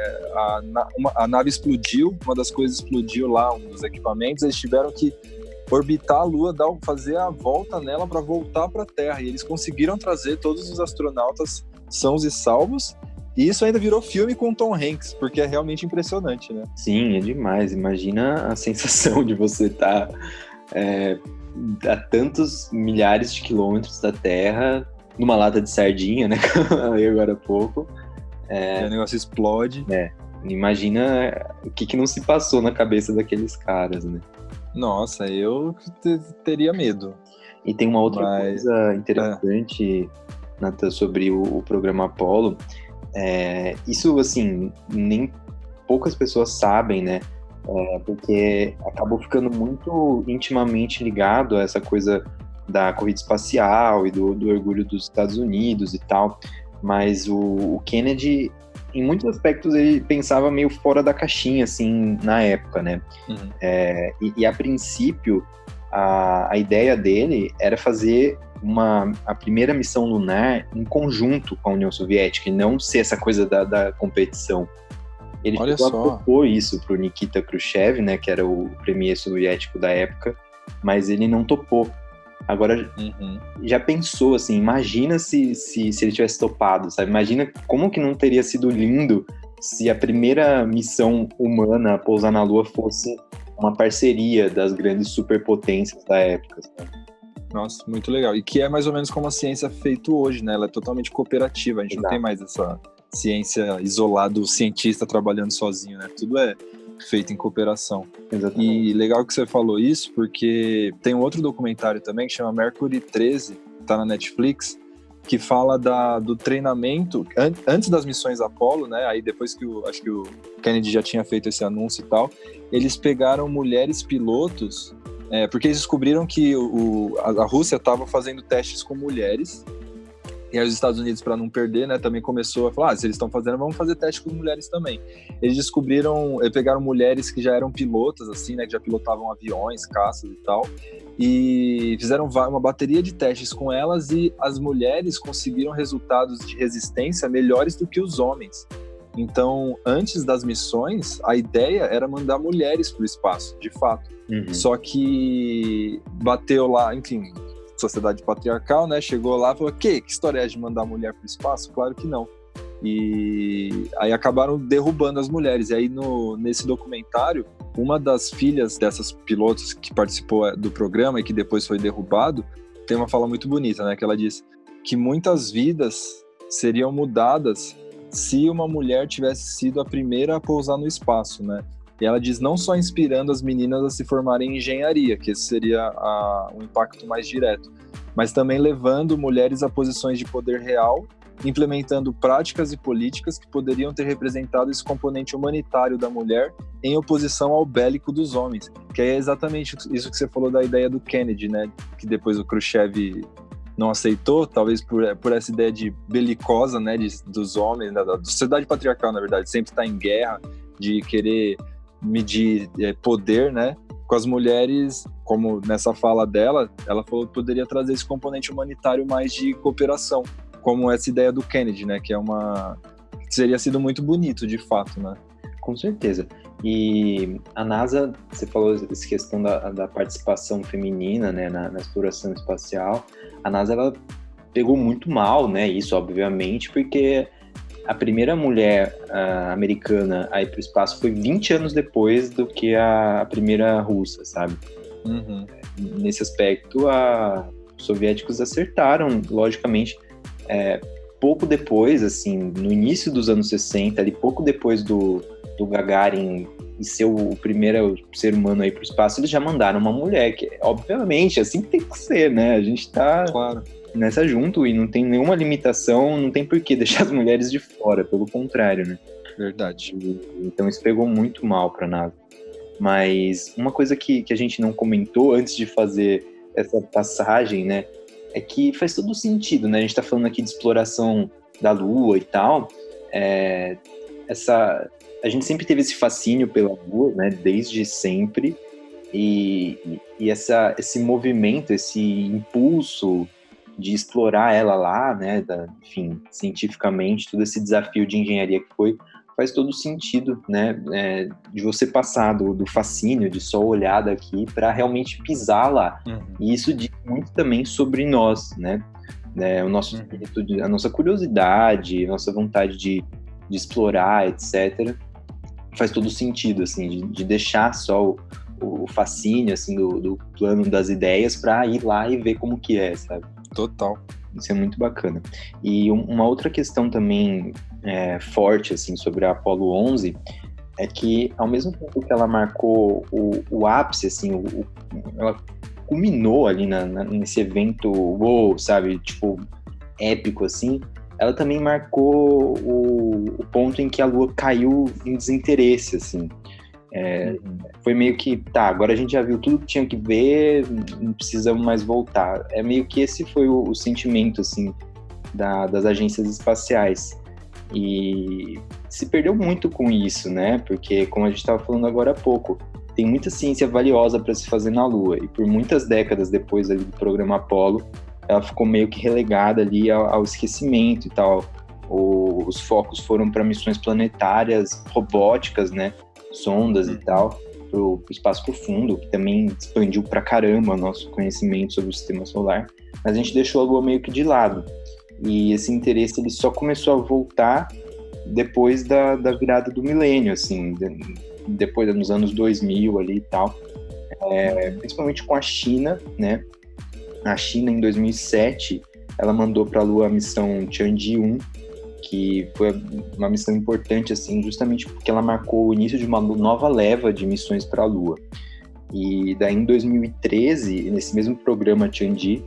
a nave explodiu, uma das coisas explodiu lá, um dos equipamentos, eles tiveram que orbitar a Lua, fazer a volta nela para voltar para a Terra. E eles conseguiram trazer todos os astronautas sãos e salvos, e isso ainda virou filme com Tom Hanks, porque é realmente impressionante, né? Sim, é demais. Imagina a sensação de você estar a tantos milhares de quilômetros da Terra, numa lata de sardinha, né? Aí agora há pouco. E o negócio explode. Imagina o que não se passou na cabeça daqueles caras, né? Nossa, eu teria medo. E tem uma outra coisa interessante, Nathan, sobre o programa Apollo. Isso, assim, nem poucas pessoas sabem, né? Porque acabou ficando muito intimamente ligado a essa coisa da corrida espacial e do orgulho dos Estados Unidos e tal. Mas o Kennedy, em muitos aspectos, ele pensava meio fora da caixinha, assim, na época, né? E a princípio, a ideia dele era fazer a primeira missão lunar em conjunto com a União Soviética, e não ser essa coisa da competição. Ele propôs isso para o Nikita Khrushchev, né, que era o premier soviético da época, mas ele não topou. Agora, já pensou, assim, imagina se ele tivesse topado, sabe? Imagina como que não teria sido lindo se a primeira missão humana a pousar na Lua fosse uma parceria das grandes superpotências da época, sabe? Nossa, muito legal. E que é mais ou menos como a ciência é feita hoje, né? Ela é totalmente cooperativa, a gente não tem mais essa ciência isolada, o cientista trabalhando sozinho, né? Tudo é feito em cooperação. Exatamente. E legal que você falou isso, porque tem um outro documentário também que chama Mercury 13, tá na Netflix, que fala do treinamento antes das missões Apollo, né? Aí depois que acho que o Kennedy já tinha feito esse anúncio e tal, eles pegaram mulheres pilotos, porque eles descobriram que a Rússia estava fazendo testes com mulheres. E aí os Estados Unidos, para não perder, né, também começou a falar, se eles estão fazendo, vamos fazer teste com mulheres também. Eles pegaram mulheres que já eram pilotas, assim, né, que já pilotavam aviões, caças e tal, e fizeram uma bateria de testes com elas, e as mulheres conseguiram resultados de resistência melhores do que os homens. Então, antes das missões, a ideia era mandar mulheres para o espaço, de fato. Só que bateu lá, enfim, sociedade patriarcal, né? Chegou lá e falou, que história é de mandar a mulher para o espaço? Claro que não. E aí acabaram derrubando as mulheres. E aí nesse documentário uma das filhas dessas pilotos que participou do programa e que depois foi derrubado, tem uma fala muito bonita, né? Que ela diz que muitas vidas seriam mudadas se uma mulher tivesse sido a primeira a pousar no espaço, né? E ela diz não só inspirando as meninas a se formarem em engenharia, que esse seria um impacto mais direto, mas também levando mulheres a posições de poder real, implementando práticas e políticas que poderiam ter representado esse componente humanitário da mulher em oposição ao bélico dos homens, que é exatamente isso que você falou da ideia do Kennedy, né? Que depois o Khrushchev não aceitou, talvez por essa ideia de belicosa, né? Dos homens, da sociedade patriarcal, na verdade, sempre está em guerra, de querer medir poder, né? Com as mulheres, como nessa fala dela, ela falou que poderia trazer esse componente humanitário mais de cooperação, como essa ideia do Kennedy, né? Que seria sido muito bonito, de fato, né? Com certeza. E a NASA, você falou essa questão da participação feminina, né, na exploração espacial. A NASA, ela pegou muito mal, né? Isso, obviamente, porque a primeira mulher americana a ir para o espaço foi 20 anos depois do que a primeira russa, sabe? Uhum. Nesse aspecto, os soviéticos acertaram, logicamente, pouco depois, assim, no início dos anos 60, ali, pouco depois do Gagarin ser o primeiro ser humano aí para o espaço, eles já mandaram uma mulher, que obviamente assim que tem que ser, né? A gente tá claro nessa junto e não tem nenhuma limitação, não tem por que deixar as mulheres de fora, pelo contrário, né? Verdade. Então isso pegou muito mal para a NASA. Mas uma coisa que a gente não comentou antes de fazer essa passagem, né, é que faz todo sentido, né? A gente tá falando aqui de exploração da Lua e tal, a gente sempre teve esse fascínio pela Lua, né, desde sempre, e esse movimento, esse impulso de explorar ela lá, né, enfim, cientificamente, todo esse desafio de engenharia que faz todo sentido, né, de você passar do fascínio, de só olhar daqui, para realmente pisar lá. Uhum. E isso diz muito também sobre nós, né, o nosso espírito, a nossa curiosidade, a nossa vontade de explorar, etc., faz todo sentido, assim, de deixar só o fascínio, assim, do plano das ideias para ir lá e ver como que é, sabe? Total. Isso é muito bacana. E uma outra questão também forte, assim, sobre a Apollo 11 é que, ao mesmo tempo que ela marcou o ápice, assim, ela culminou ali nesse evento, sabe, tipo, épico, assim, ela também marcou o ponto em que a Lua caiu em desinteresse, assim. Foi meio que, agora a gente já viu tudo que tinha que ver, não precisamos mais voltar. É meio que esse foi o sentimento, assim, das agências espaciais. E se perdeu muito com isso, né? Porque, como a gente estava falando agora há pouco, tem muita ciência valiosa para se fazer na Lua. E por muitas décadas depois ali do programa Apollo, ela ficou meio que relegada ali ao esquecimento e tal. Os focos foram para missões planetárias, robóticas, né? Sondas e tal, para o espaço profundo, que também expandiu pra caramba o nosso conhecimento sobre o sistema solar. Mas a gente deixou a Lua meio que de lado. E esse interesse ele só começou a voltar depois da virada do milênio, assim, depois nos anos 2000 ali e tal. Principalmente com a China, né? A China, em 2007, ela mandou para a Lua a missão Tianji-1, que foi uma missão importante, assim, justamente porque ela marcou o início de uma nova leva de missões para a Lua. E daí, em 2013, nesse mesmo programa Tianji,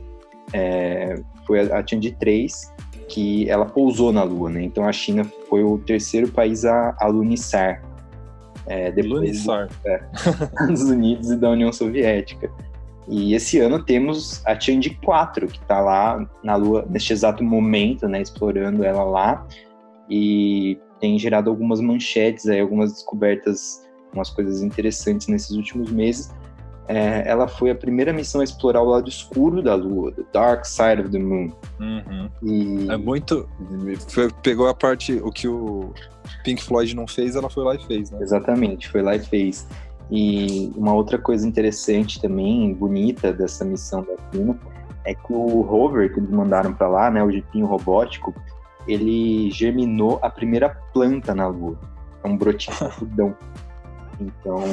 foi a Tianji 3, que ela pousou na Lua, né? Então, a China foi o terceiro país a lunizar. Depois dos Estados Unidos e da União Soviética. E esse ano temos a Tianji 4, que está lá na Lua neste exato momento, né, explorando ela lá, e tem gerado algumas manchetes, aí, algumas descobertas, umas coisas interessantes nesses últimos meses. Ela foi a primeira missão a explorar o lado escuro da Lua, the dark side of the moon. Uhum. E... pegou a parte, o que o Pink Floyd não fez, ela foi lá e fez, né? Exatamente, foi lá e fez. E uma outra coisa interessante também, bonita dessa missão da China, é que o rover que eles mandaram para lá, né, o jipinho robótico, ele germinou a primeira planta na Lua. É um brotinho rapidão. Então,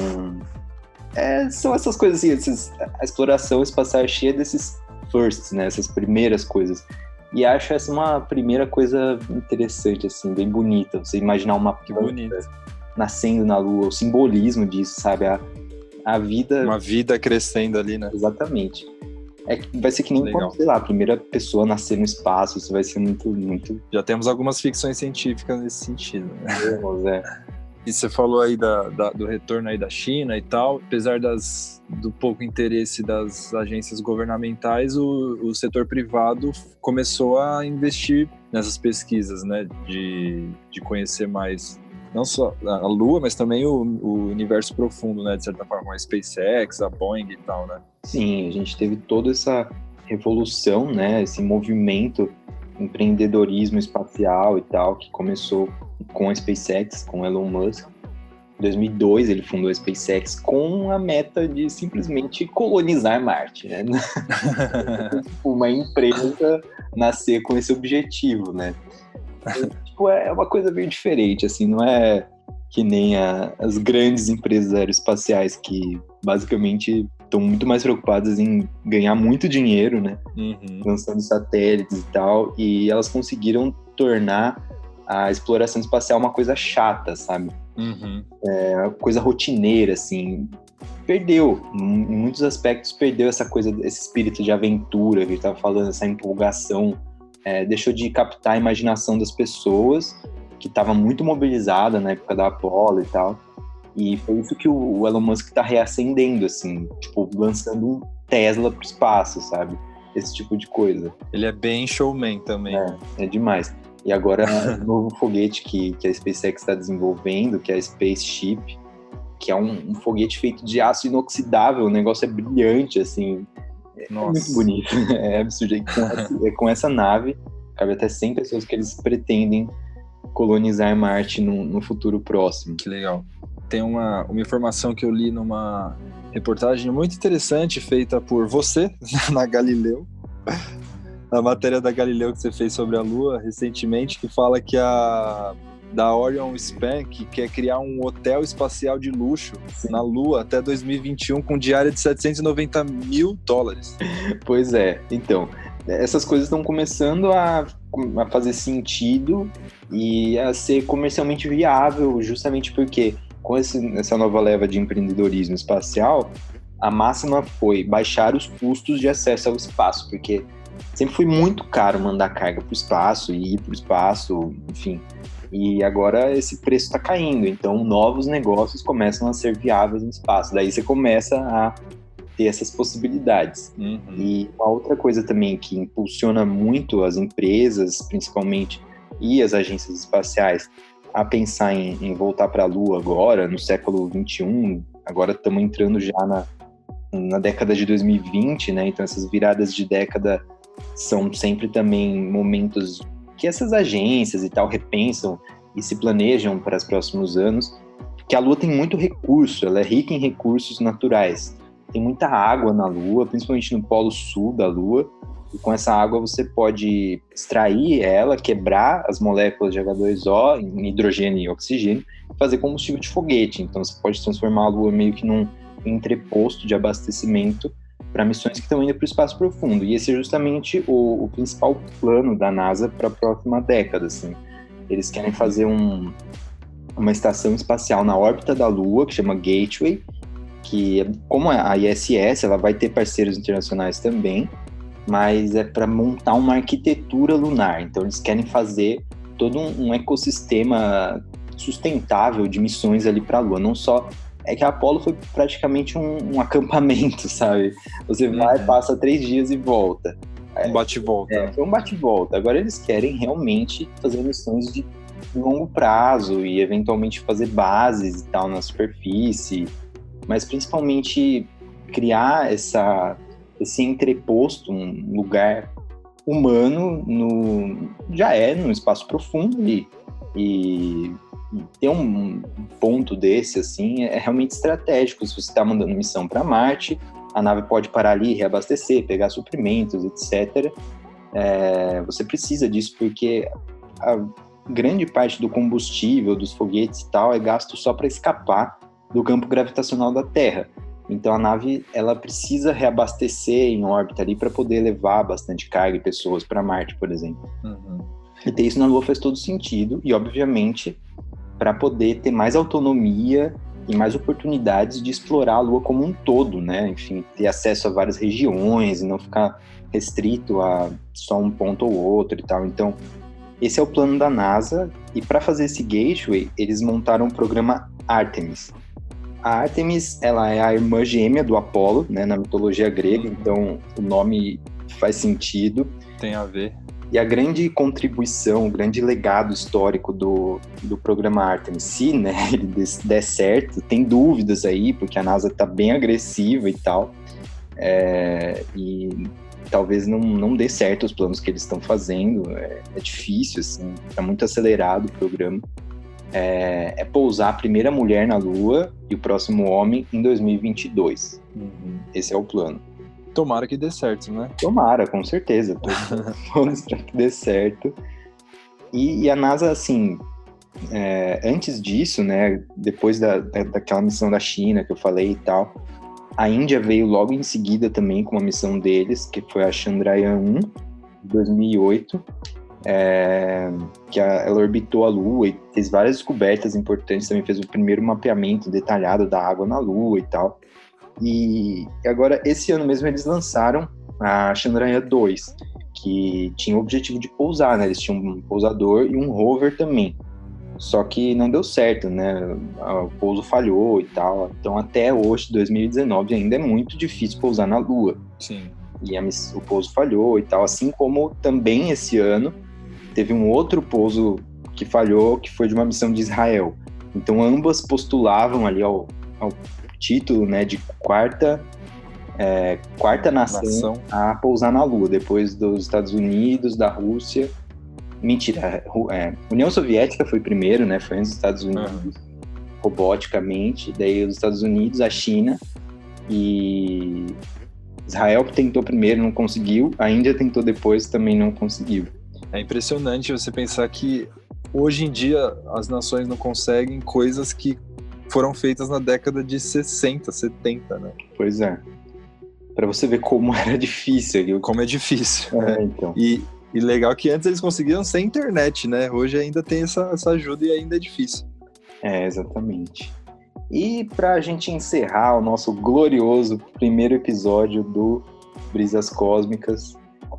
são essas coisas assim, a exploração espacial é cheia desses firsts, né? Essas primeiras coisas. E acho essa uma primeira coisa interessante, assim, bem bonita. Você imaginar uma planta nascendo na Lua, o simbolismo disso, sabe? A vida... Uma vida crescendo ali, né? Exatamente. Vai ser que nem quando, sei lá, a primeira pessoa nascer no espaço. Isso vai ser muito, muito... Já temos algumas ficções científicas nesse sentido, né? É. E você falou aí do retorno aí da China e tal, apesar do pouco interesse das agências governamentais, o setor privado começou a investir nessas pesquisas, né, de conhecer mais, não só a Lua, mas também o universo profundo, né, de certa forma, a SpaceX, a Boeing e tal, né? Sim, a gente teve toda essa revolução, né, esse movimento, empreendedorismo espacial e tal, que começou com a SpaceX, com Elon Musk. Em 2002 ele fundou a SpaceX com a meta de simplesmente colonizar Marte, né? Uma empresa nascer com esse objetivo, né? É uma coisa bem diferente, assim, não é que nem as grandes empresas aeroespaciais que basicamente estão muito mais preocupadas em ganhar muito dinheiro, né? Lançando satélites e tal, e elas conseguiram tornar a exploração espacial uma coisa chata, sabe? Uma coisa rotineira, assim. Perdeu, em muitos aspectos, perdeu essa coisa, esse espírito de aventura que a gente estava falando, essa empolgação. Deixou de captar a imaginação das pessoas, que estava muito mobilizada na época da Apollo e tal. E foi isso que o Elon Musk está reacendendo, assim, tipo, lançando um Tesla pro espaço, sabe? Esse tipo de coisa. Ele é bem showman também. É demais. E agora, o novo foguete que a SpaceX está desenvolvendo, que é a Spaceship, que é um foguete feito de aço inoxidável, o negócio é brilhante, assim. Nossa. Muito bonito. É absurdo. E com essa nave, cabe até 100 pessoas que eles pretendem colonizar Marte no futuro próximo. Que legal. Tem uma informação que eu li numa reportagem muito interessante feita por você, na Galileu. A matéria da Galileu que você fez sobre a Lua recentemente, que fala que da Orion Span, que quer criar um hotel espacial de luxo na Lua até 2021 com diária de $790 mil. Pois é, então, essas coisas estão começando a fazer sentido e a ser comercialmente viável, justamente porque com essa nova leva de empreendedorismo espacial, a máxima foi baixar os custos de acesso ao espaço, porque sempre foi muito caro mandar carga para o espaço e ir para o espaço, enfim. E agora esse preço está caindo, então novos negócios começam a ser viáveis no espaço. Daí você começa a ter essas possibilidades. E uma outra coisa também que impulsiona muito as empresas, principalmente, e as agências espaciais, a pensar em voltar para a Lua agora, no século XXI. Agora estamos entrando já na década de 2020, né? Então essas viradas de década são sempre também momentos que essas agências e tal repensam e se planejam para os próximos anos, porque a Lua tem muito recurso, ela é rica em recursos naturais. Tem muita água na Lua, principalmente no polo sul da Lua, e com essa água você pode extrair ela, quebrar as moléculas de H2O em hidrogênio e oxigênio e fazer combustível de foguete. Então você pode transformar a Lua meio que num entreposto de abastecimento para missões que estão indo para o espaço profundo. E esse é justamente o principal plano da NASA para a próxima década. Assim. Eles querem fazer uma estação espacial na órbita da Lua, que chama Gateway, que, como a ISS, ela vai ter parceiros internacionais também, mas é para montar uma arquitetura lunar. Então, eles querem fazer todo um ecossistema sustentável de missões ali para a Lua. Não só... É que a Apollo foi praticamente um acampamento, sabe? Você vai, passa 3 dias e volta. Um bate-volta. Foi um bate-volta. Agora eles querem realmente fazer missões de longo prazo e eventualmente fazer bases e tal na superfície, mas principalmente criar esse entreposto, um lugar humano no espaço profundo ali. E ter um ponto desse, assim, é realmente estratégico. Se você está mandando missão para Marte, a nave pode parar ali, reabastecer, pegar suprimentos, etc. Você precisa disso porque a grande parte do combustível dos foguetes e tal é gasto só para escapar do campo gravitacional da Terra. Então a nave ela precisa reabastecer em órbita ali para poder levar bastante carga e pessoas para Marte, por exemplo. E ter isso na Lua faz todo sentido, e obviamente para poder ter mais autonomia e mais oportunidades de explorar a Lua como um todo, né? Enfim, ter acesso a várias regiões e não ficar restrito a só um ponto ou outro e tal. Então, esse é o plano da NASA, e para fazer esse gateway, eles montaram o programa Artemis. A Artemis, ela é a irmã gêmea do Apolo, né, na mitologia grega, então o nome faz sentido. Tem a ver. E a grande contribuição, o grande legado histórico do programa Artemis, se, né, ele der certo, tem dúvidas aí, porque a NASA está bem agressiva e tal, e talvez não dê certo os planos que eles estão fazendo, é difícil, assim, está muito acelerado o programa. É pousar a primeira mulher na Lua e o próximo homem em 2022. Esse é o plano. Tomara que dê certo, né? Tomara, com certeza. Todos para que dê certo. E a NASA, assim, antes disso, né, depois daquela missão da China que eu falei e tal, a Índia veio logo em seguida também com uma missão deles, que foi a Chandrayaan-1, de 2008, que ela orbitou a Lua e fez várias descobertas importantes, também fez o primeiro mapeamento detalhado da água na Lua e tal. E agora, esse ano mesmo, eles lançaram a Chandrayaan-2, que tinha o objetivo de pousar, né? Eles tinham um pousador e um rover também. Só que não deu certo, né? O pouso falhou e tal. Então, até hoje, 2019, ainda é muito difícil pousar na Lua. Sim. E o pouso falhou e tal. Assim como também esse ano teve um outro pouso que falhou, que foi de uma missão de Israel. Então, ambas postulavam ali ao título, né, de quarta nação a pousar na Lua, depois dos Estados Unidos, da Rússia. Mentira, União Soviética foi primeiro, né, foi antes dos Estados Unidos, roboticamente, daí os Estados Unidos, a China, e Israel tentou primeiro, não conseguiu, a Índia tentou depois, também não conseguiu. É impressionante você pensar que hoje em dia as nações não conseguem coisas que foram feitas na década de 60, 70, né? Pois é. Pra você ver como era difícil. Como é difícil. Então. E legal que antes eles conseguiam sem internet, né? Hoje ainda tem essa ajuda e ainda é difícil. Exatamente. E pra gente encerrar o nosso glorioso primeiro episódio do Brisas Cósmicas,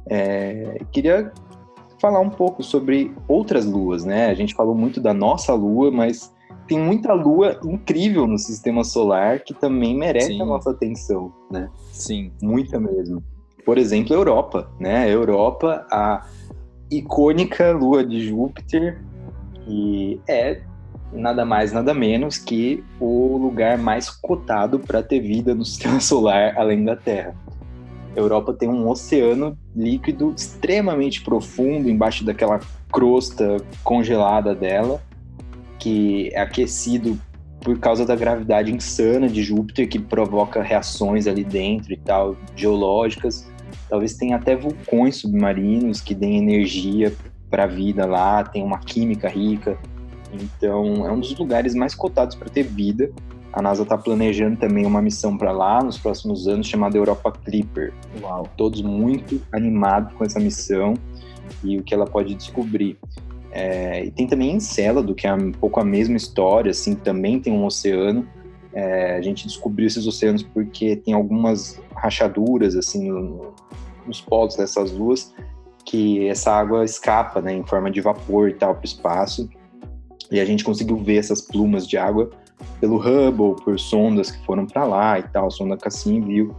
queria falar um pouco sobre outras luas, né? A gente falou muito da nossa lua, mas tem muita lua incrível no sistema solar que também merece a nossa atenção, né? Sim. Muita mesmo. Por exemplo, Europa, né? Europa, a icônica lua de Júpiter, que é nada mais, nada menos que o lugar mais cotado para ter vida no sistema solar, além da Terra. A Europa tem um oceano líquido extremamente profundo embaixo daquela crosta congelada dela, que é aquecido por causa da gravidade insana de Júpiter, que provoca reações ali dentro e tal, geológicas. Talvez tenha até vulcões submarinos que deem energia para a vida lá, tem uma química rica. Então, é um dos lugares mais cotados para ter vida. A NASA está planejando também uma missão para lá nos próximos anos, chamada Europa Clipper. Uau. Todos muito animados com essa missão e o que ela pode descobrir. E tem também Encélado, que é um pouco a mesma história, assim, também tem um oceano. A gente descobriu esses oceanos porque tem algumas rachaduras assim, nos polos dessas luas, que essa água escapa, né, em forma de vapor e tal para o espaço. E a gente conseguiu ver essas plumas de água pelo Hubble, por sondas que foram para lá e tal, a sonda Cassini viu.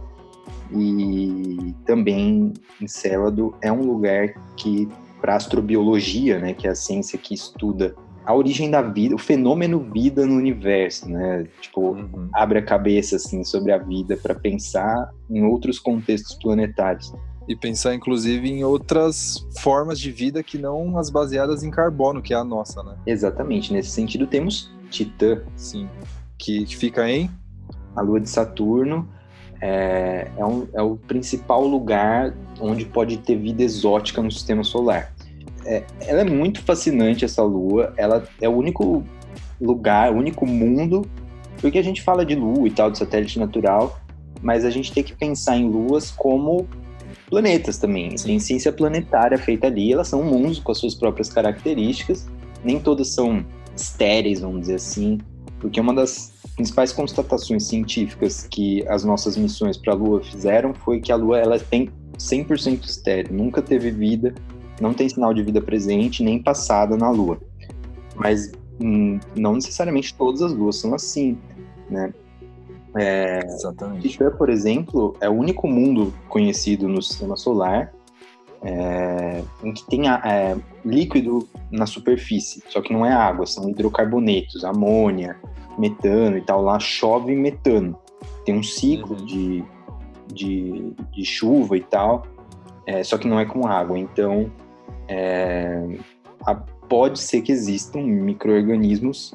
E também Encélado é um lugar que, para astrobiologia, né, que é a ciência que estuda a origem da vida, o fenômeno vida no universo, né? Tipo, abre a cabeça assim sobre a vida para pensar em outros contextos planetários. E pensar, inclusive, em outras formas de vida que não as baseadas em carbono, que é a nossa, né? Exatamente. Nesse sentido, temos Titã. Sim. Que fica em? A Lua de Saturno. É o principal lugar onde pode ter vida exótica no sistema solar. Ela é muito fascinante, essa lua. Ela é o único lugar, o único mundo Porque a gente fala de lua e tal, de satélite natural, mas a gente tem que pensar em luas como planetas também. Tem ciência planetária feita ali, elas são mundos com as suas próprias características, nem todas são estéreis, vamos dizer assim, porque uma das principais constatações científicas que as nossas missões para a Lua fizeram foi que a Lua ela tem 100% estéreo, nunca teve vida, não tem sinal de vida presente nem passada na Lua. Mas não necessariamente todas as luas são assim, né? Exatamente. Titã, por exemplo, é o único mundo conhecido no sistema solar em que tem líquido na superfície, só que não é água, são hidrocarbonetos, amônia, metano e tal. Lá chove metano, tem um ciclo de chuva e tal, só que não é com água. Então pode ser que existam micro-organismos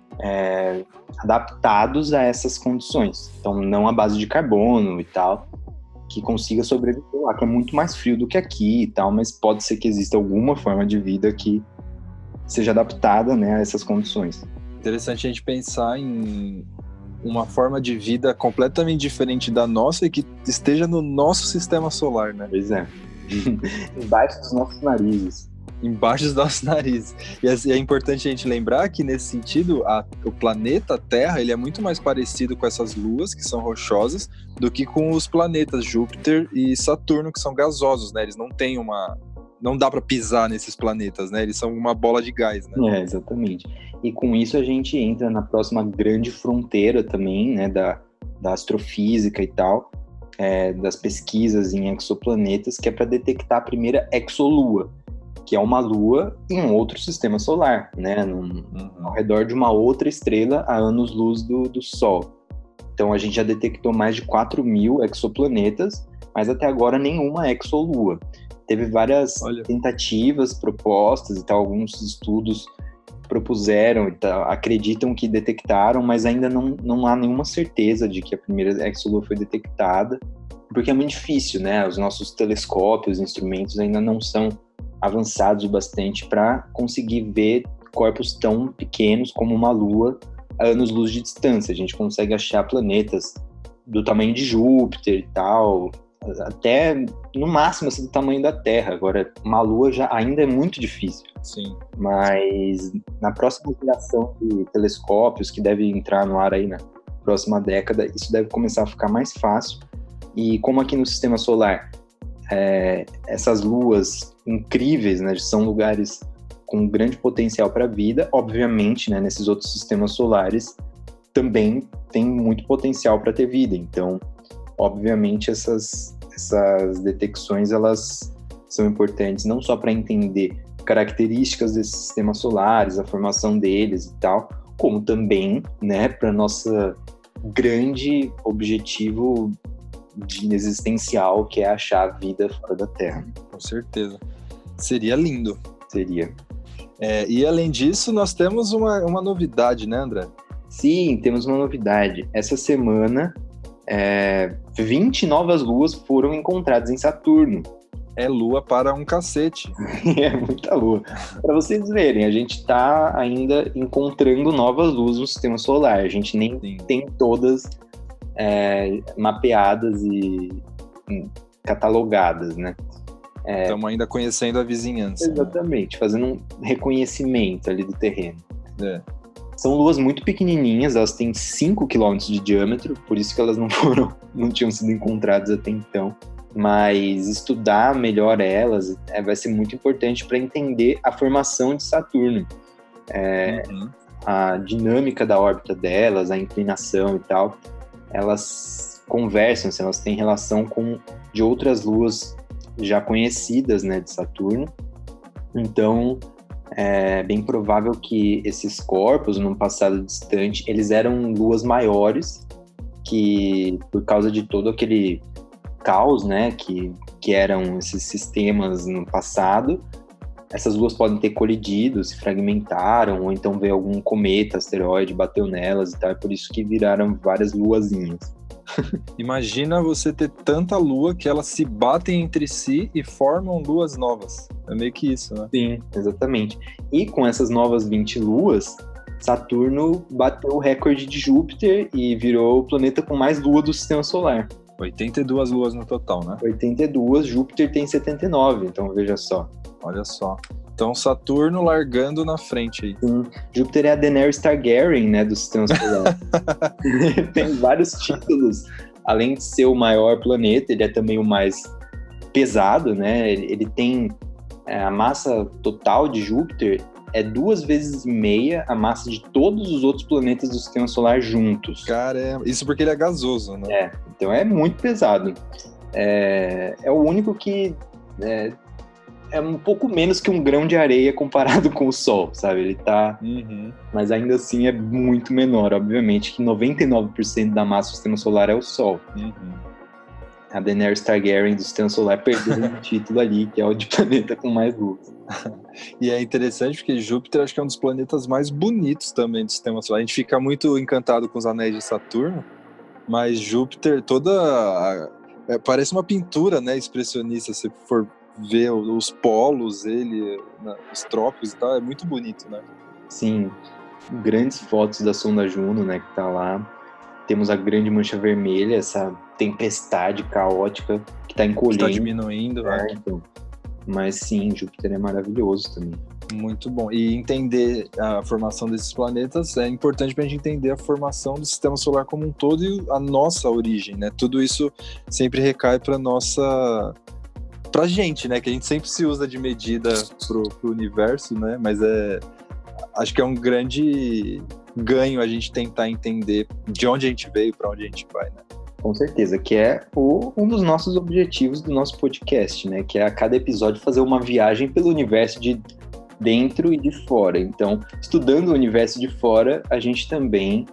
adaptados a essas condições, então não à base de carbono e tal, que consiga sobreviver lá, que é muito mais frio do que aqui e tal, mas pode ser que exista alguma forma de vida que seja adaptada, né, a essas condições. Interessante a gente pensar em uma forma de vida completamente diferente da nossa e que esteja no nosso sistema solar, né? Pois é. Embaixo dos nossos narizes. Embaixo dos nossos narizes. E é importante a gente lembrar que, nesse sentido, o planeta Terra ele é muito mais parecido com essas luas, que são rochosas, do que com os planetas Júpiter e Saturno, que são gasosos, né? Eles não têm não dá para pisar nesses planetas, né? Eles são uma bola de gás, né? Exatamente. E com isso a gente entra na próxima grande fronteira também, né? Da astrofísica e tal, das pesquisas em exoplanetas, que é para detectar a primeira exolua, que é uma lua em um outro sistema solar, né? Ao redor de uma outra estrela a anos-luz do Sol. Então a gente já detectou mais de 4.000 exoplanetas, mas até agora nenhuma exolua. Teve várias tentativas propostas e tal, alguns estudos propuseram e tal, acreditam que detectaram, mas ainda não há nenhuma certeza de que a primeira exolua foi detectada, porque é muito difícil, né? Os nossos telescópios, instrumentos ainda não são avançados o bastante para conseguir ver corpos tão pequenos como uma lua a anos-luz de distância. A gente consegue achar planetas do tamanho de Júpiter e tal, até no máximo assim, do tamanho da Terra. Agora, uma lua já ainda é muito difícil. Sim. Mas na próxima geração de telescópios, que deve entrar no ar aí na próxima década, isso deve começar a ficar mais fácil. E como aqui no Sistema Solar, essas luas incríveis, né, são lugares com grande potencial para a vida, obviamente, né, nesses outros sistemas solares também tem muito potencial para ter vida. Então, obviamente, essas detecções elas são importantes não só para entender características desses sistemas solares, a formação deles e tal, como também, né, para nossa grande objetivo existencial, que é achar a vida fora da Terra. Com certeza. Seria lindo. Seria. E além disso, nós temos uma novidade, né, André? Sim, temos uma novidade. Essa semana, 20 novas luas foram encontradas em Saturno. É lua para um cacete. É muita lua. Para vocês verem, a gente está ainda encontrando novas luas no sistema solar. A gente nem tem todas mapeadas e catalogadas, né? Estamos ainda conhecendo a vizinhança. Exatamente, né? Fazendo um reconhecimento ali do terreno. São luas muito pequenininhas, elas têm 5 km de diâmetro, por isso que elas não tinham sido encontradas até então. Mas estudar melhor elas vai ser muito importante para entender a formação de Saturno. A dinâmica da órbita delas, a inclinação e tal, elas conversam, assim, elas têm relação com de outras luas já conhecidas, né, de Saturno. Então, é bem provável que esses corpos, num passado distante, eles eram luas maiores, que por causa de todo aquele caos, né, que eram esses sistemas no passado, essas luas podem ter colidido, se fragmentaram, ou então veio algum cometa, asteroide, bateu nelas e tal, é por isso que viraram várias luazinhas. Imagina você ter tanta lua que elas se batem entre si e formam luas novas. É meio que isso, né? Sim, exatamente. E com essas novas 20 luas, Saturno bateu o recorde de Júpiter e virou o planeta com mais lua do sistema solar. 82 luas no total, né? 82, Júpiter tem 79, então veja só. Olha só. Então Saturno largando na frente aí. Sim. Júpiter é a Daenerys Targaryen, né, do sistema solar. Tem vários títulos. Além de ser o maior planeta, ele é também o mais pesado, né? Ele tem a massa total de Júpiter é 2,5 vezes a massa de todos os outros planetas do sistema solar juntos. Caramba, isso porque ele é gasoso, né? Então é muito pesado. É o único que é um pouco menos que um grão de areia comparado com o Sol, sabe? Ele tá... Mas ainda assim é muito menor, obviamente, que 99% da massa do sistema solar é o Sol. A Daenerys Targaryen do sistema solar perdeu um título ali, que é o de planeta com mais luz. E é interessante porque Júpiter acho que é um dos planetas mais bonitos também do sistema solar. A gente fica muito encantado com os anéis de Saturno, mas Júpiter parece uma pintura, né, expressionista, se for ver os polos, os trópicos e tal, é muito bonito, né? Sim, grandes fotos da sonda Juno, né, que tá lá. Temos a grande mancha vermelha, essa tempestade caótica que tá encolhendo. Está diminuindo, né? Então. Mas sim, Júpiter é maravilhoso também. Muito bom. E entender a formação desses planetas é importante para a gente entender a formação do sistema solar como um todo e a nossa origem, né? Tudo isso sempre recai para pra gente, né? Que a gente sempre se usa de medida pro universo, né? Mas acho que é um grande ganho a gente tentar entender de onde a gente veio, para onde a gente vai, né? Com certeza, que é um dos nossos objetivos do nosso podcast, né? Que é a cada episódio fazer uma viagem pelo universo de dentro e de fora. Então, estudando o universo de fora, a gente também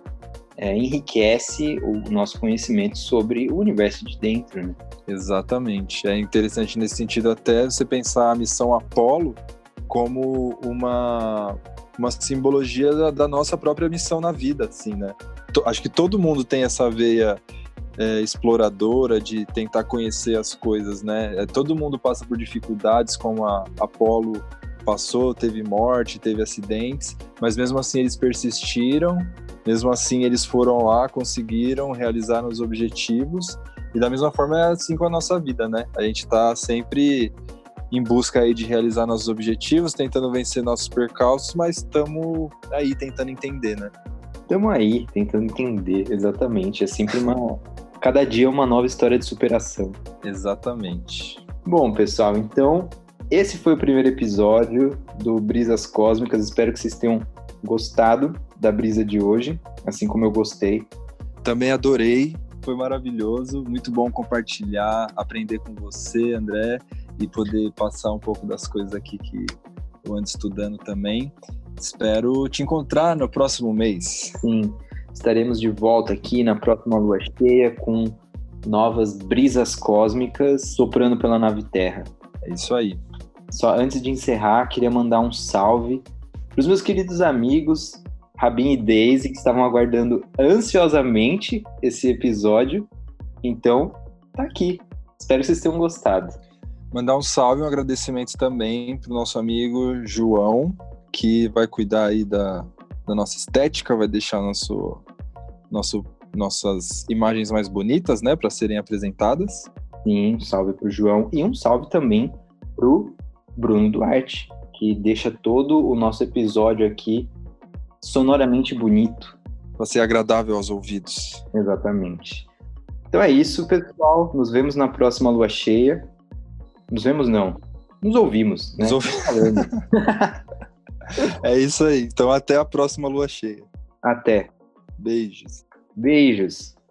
enriquece o nosso conhecimento sobre o universo de dentro, né? Exatamente. É interessante nesse sentido até você pensar a missão Apollo como uma simbologia da nossa própria missão na vida, assim, né? Acho que todo mundo tem essa veia exploradora de tentar conhecer as coisas, né? Todo mundo passa por dificuldades, como a Apollo passou, teve morte, teve acidentes, mas mesmo assim eles persistiram, mesmo assim eles foram lá, conseguiram, realizaram os objetivos, e da mesma forma é assim com a nossa vida, né? A gente tá sempre em busca aí de realizar nossos objetivos, tentando vencer nossos percalços, mas estamos aí tentando entender, né? Estamos aí tentando entender, exatamente. É sempre cada dia uma nova história de superação. Exatamente. Bom, pessoal, então esse foi o primeiro episódio do Brisas Cósmicas. Espero que vocês tenham gostado da brisa de hoje, assim como eu gostei. Também adorei, foi maravilhoso, muito bom compartilhar, aprender com você, André, e poder passar um pouco das coisas aqui que eu ando estudando também. Espero te encontrar no próximo mês. Sim, estaremos de volta aqui na próxima lua cheia com novas brisas cósmicas soprando pela nave Terra. É isso aí. Só antes de encerrar, queria mandar um salve para os meus queridos amigos Rabin e Daisy, que estavam aguardando ansiosamente esse episódio. Então, tá aqui. Espero que vocês tenham gostado. Mandar um salve e um agradecimento também para o nosso amigo João, que vai cuidar aí da nossa estética, vai deixar nossas imagens mais bonitas, né, para serem apresentadas. Sim, um salve para o João e um salve também para o Bruno Duarte, que deixa todo o nosso episódio aqui sonoramente bonito. Para ser agradável aos ouvidos. Exatamente. Então é isso, pessoal. Nos vemos na próxima lua cheia. Nos vemos, não. Nos ouvimos, né? É isso aí. Então até a próxima lua cheia. Até. Beijos. Beijos.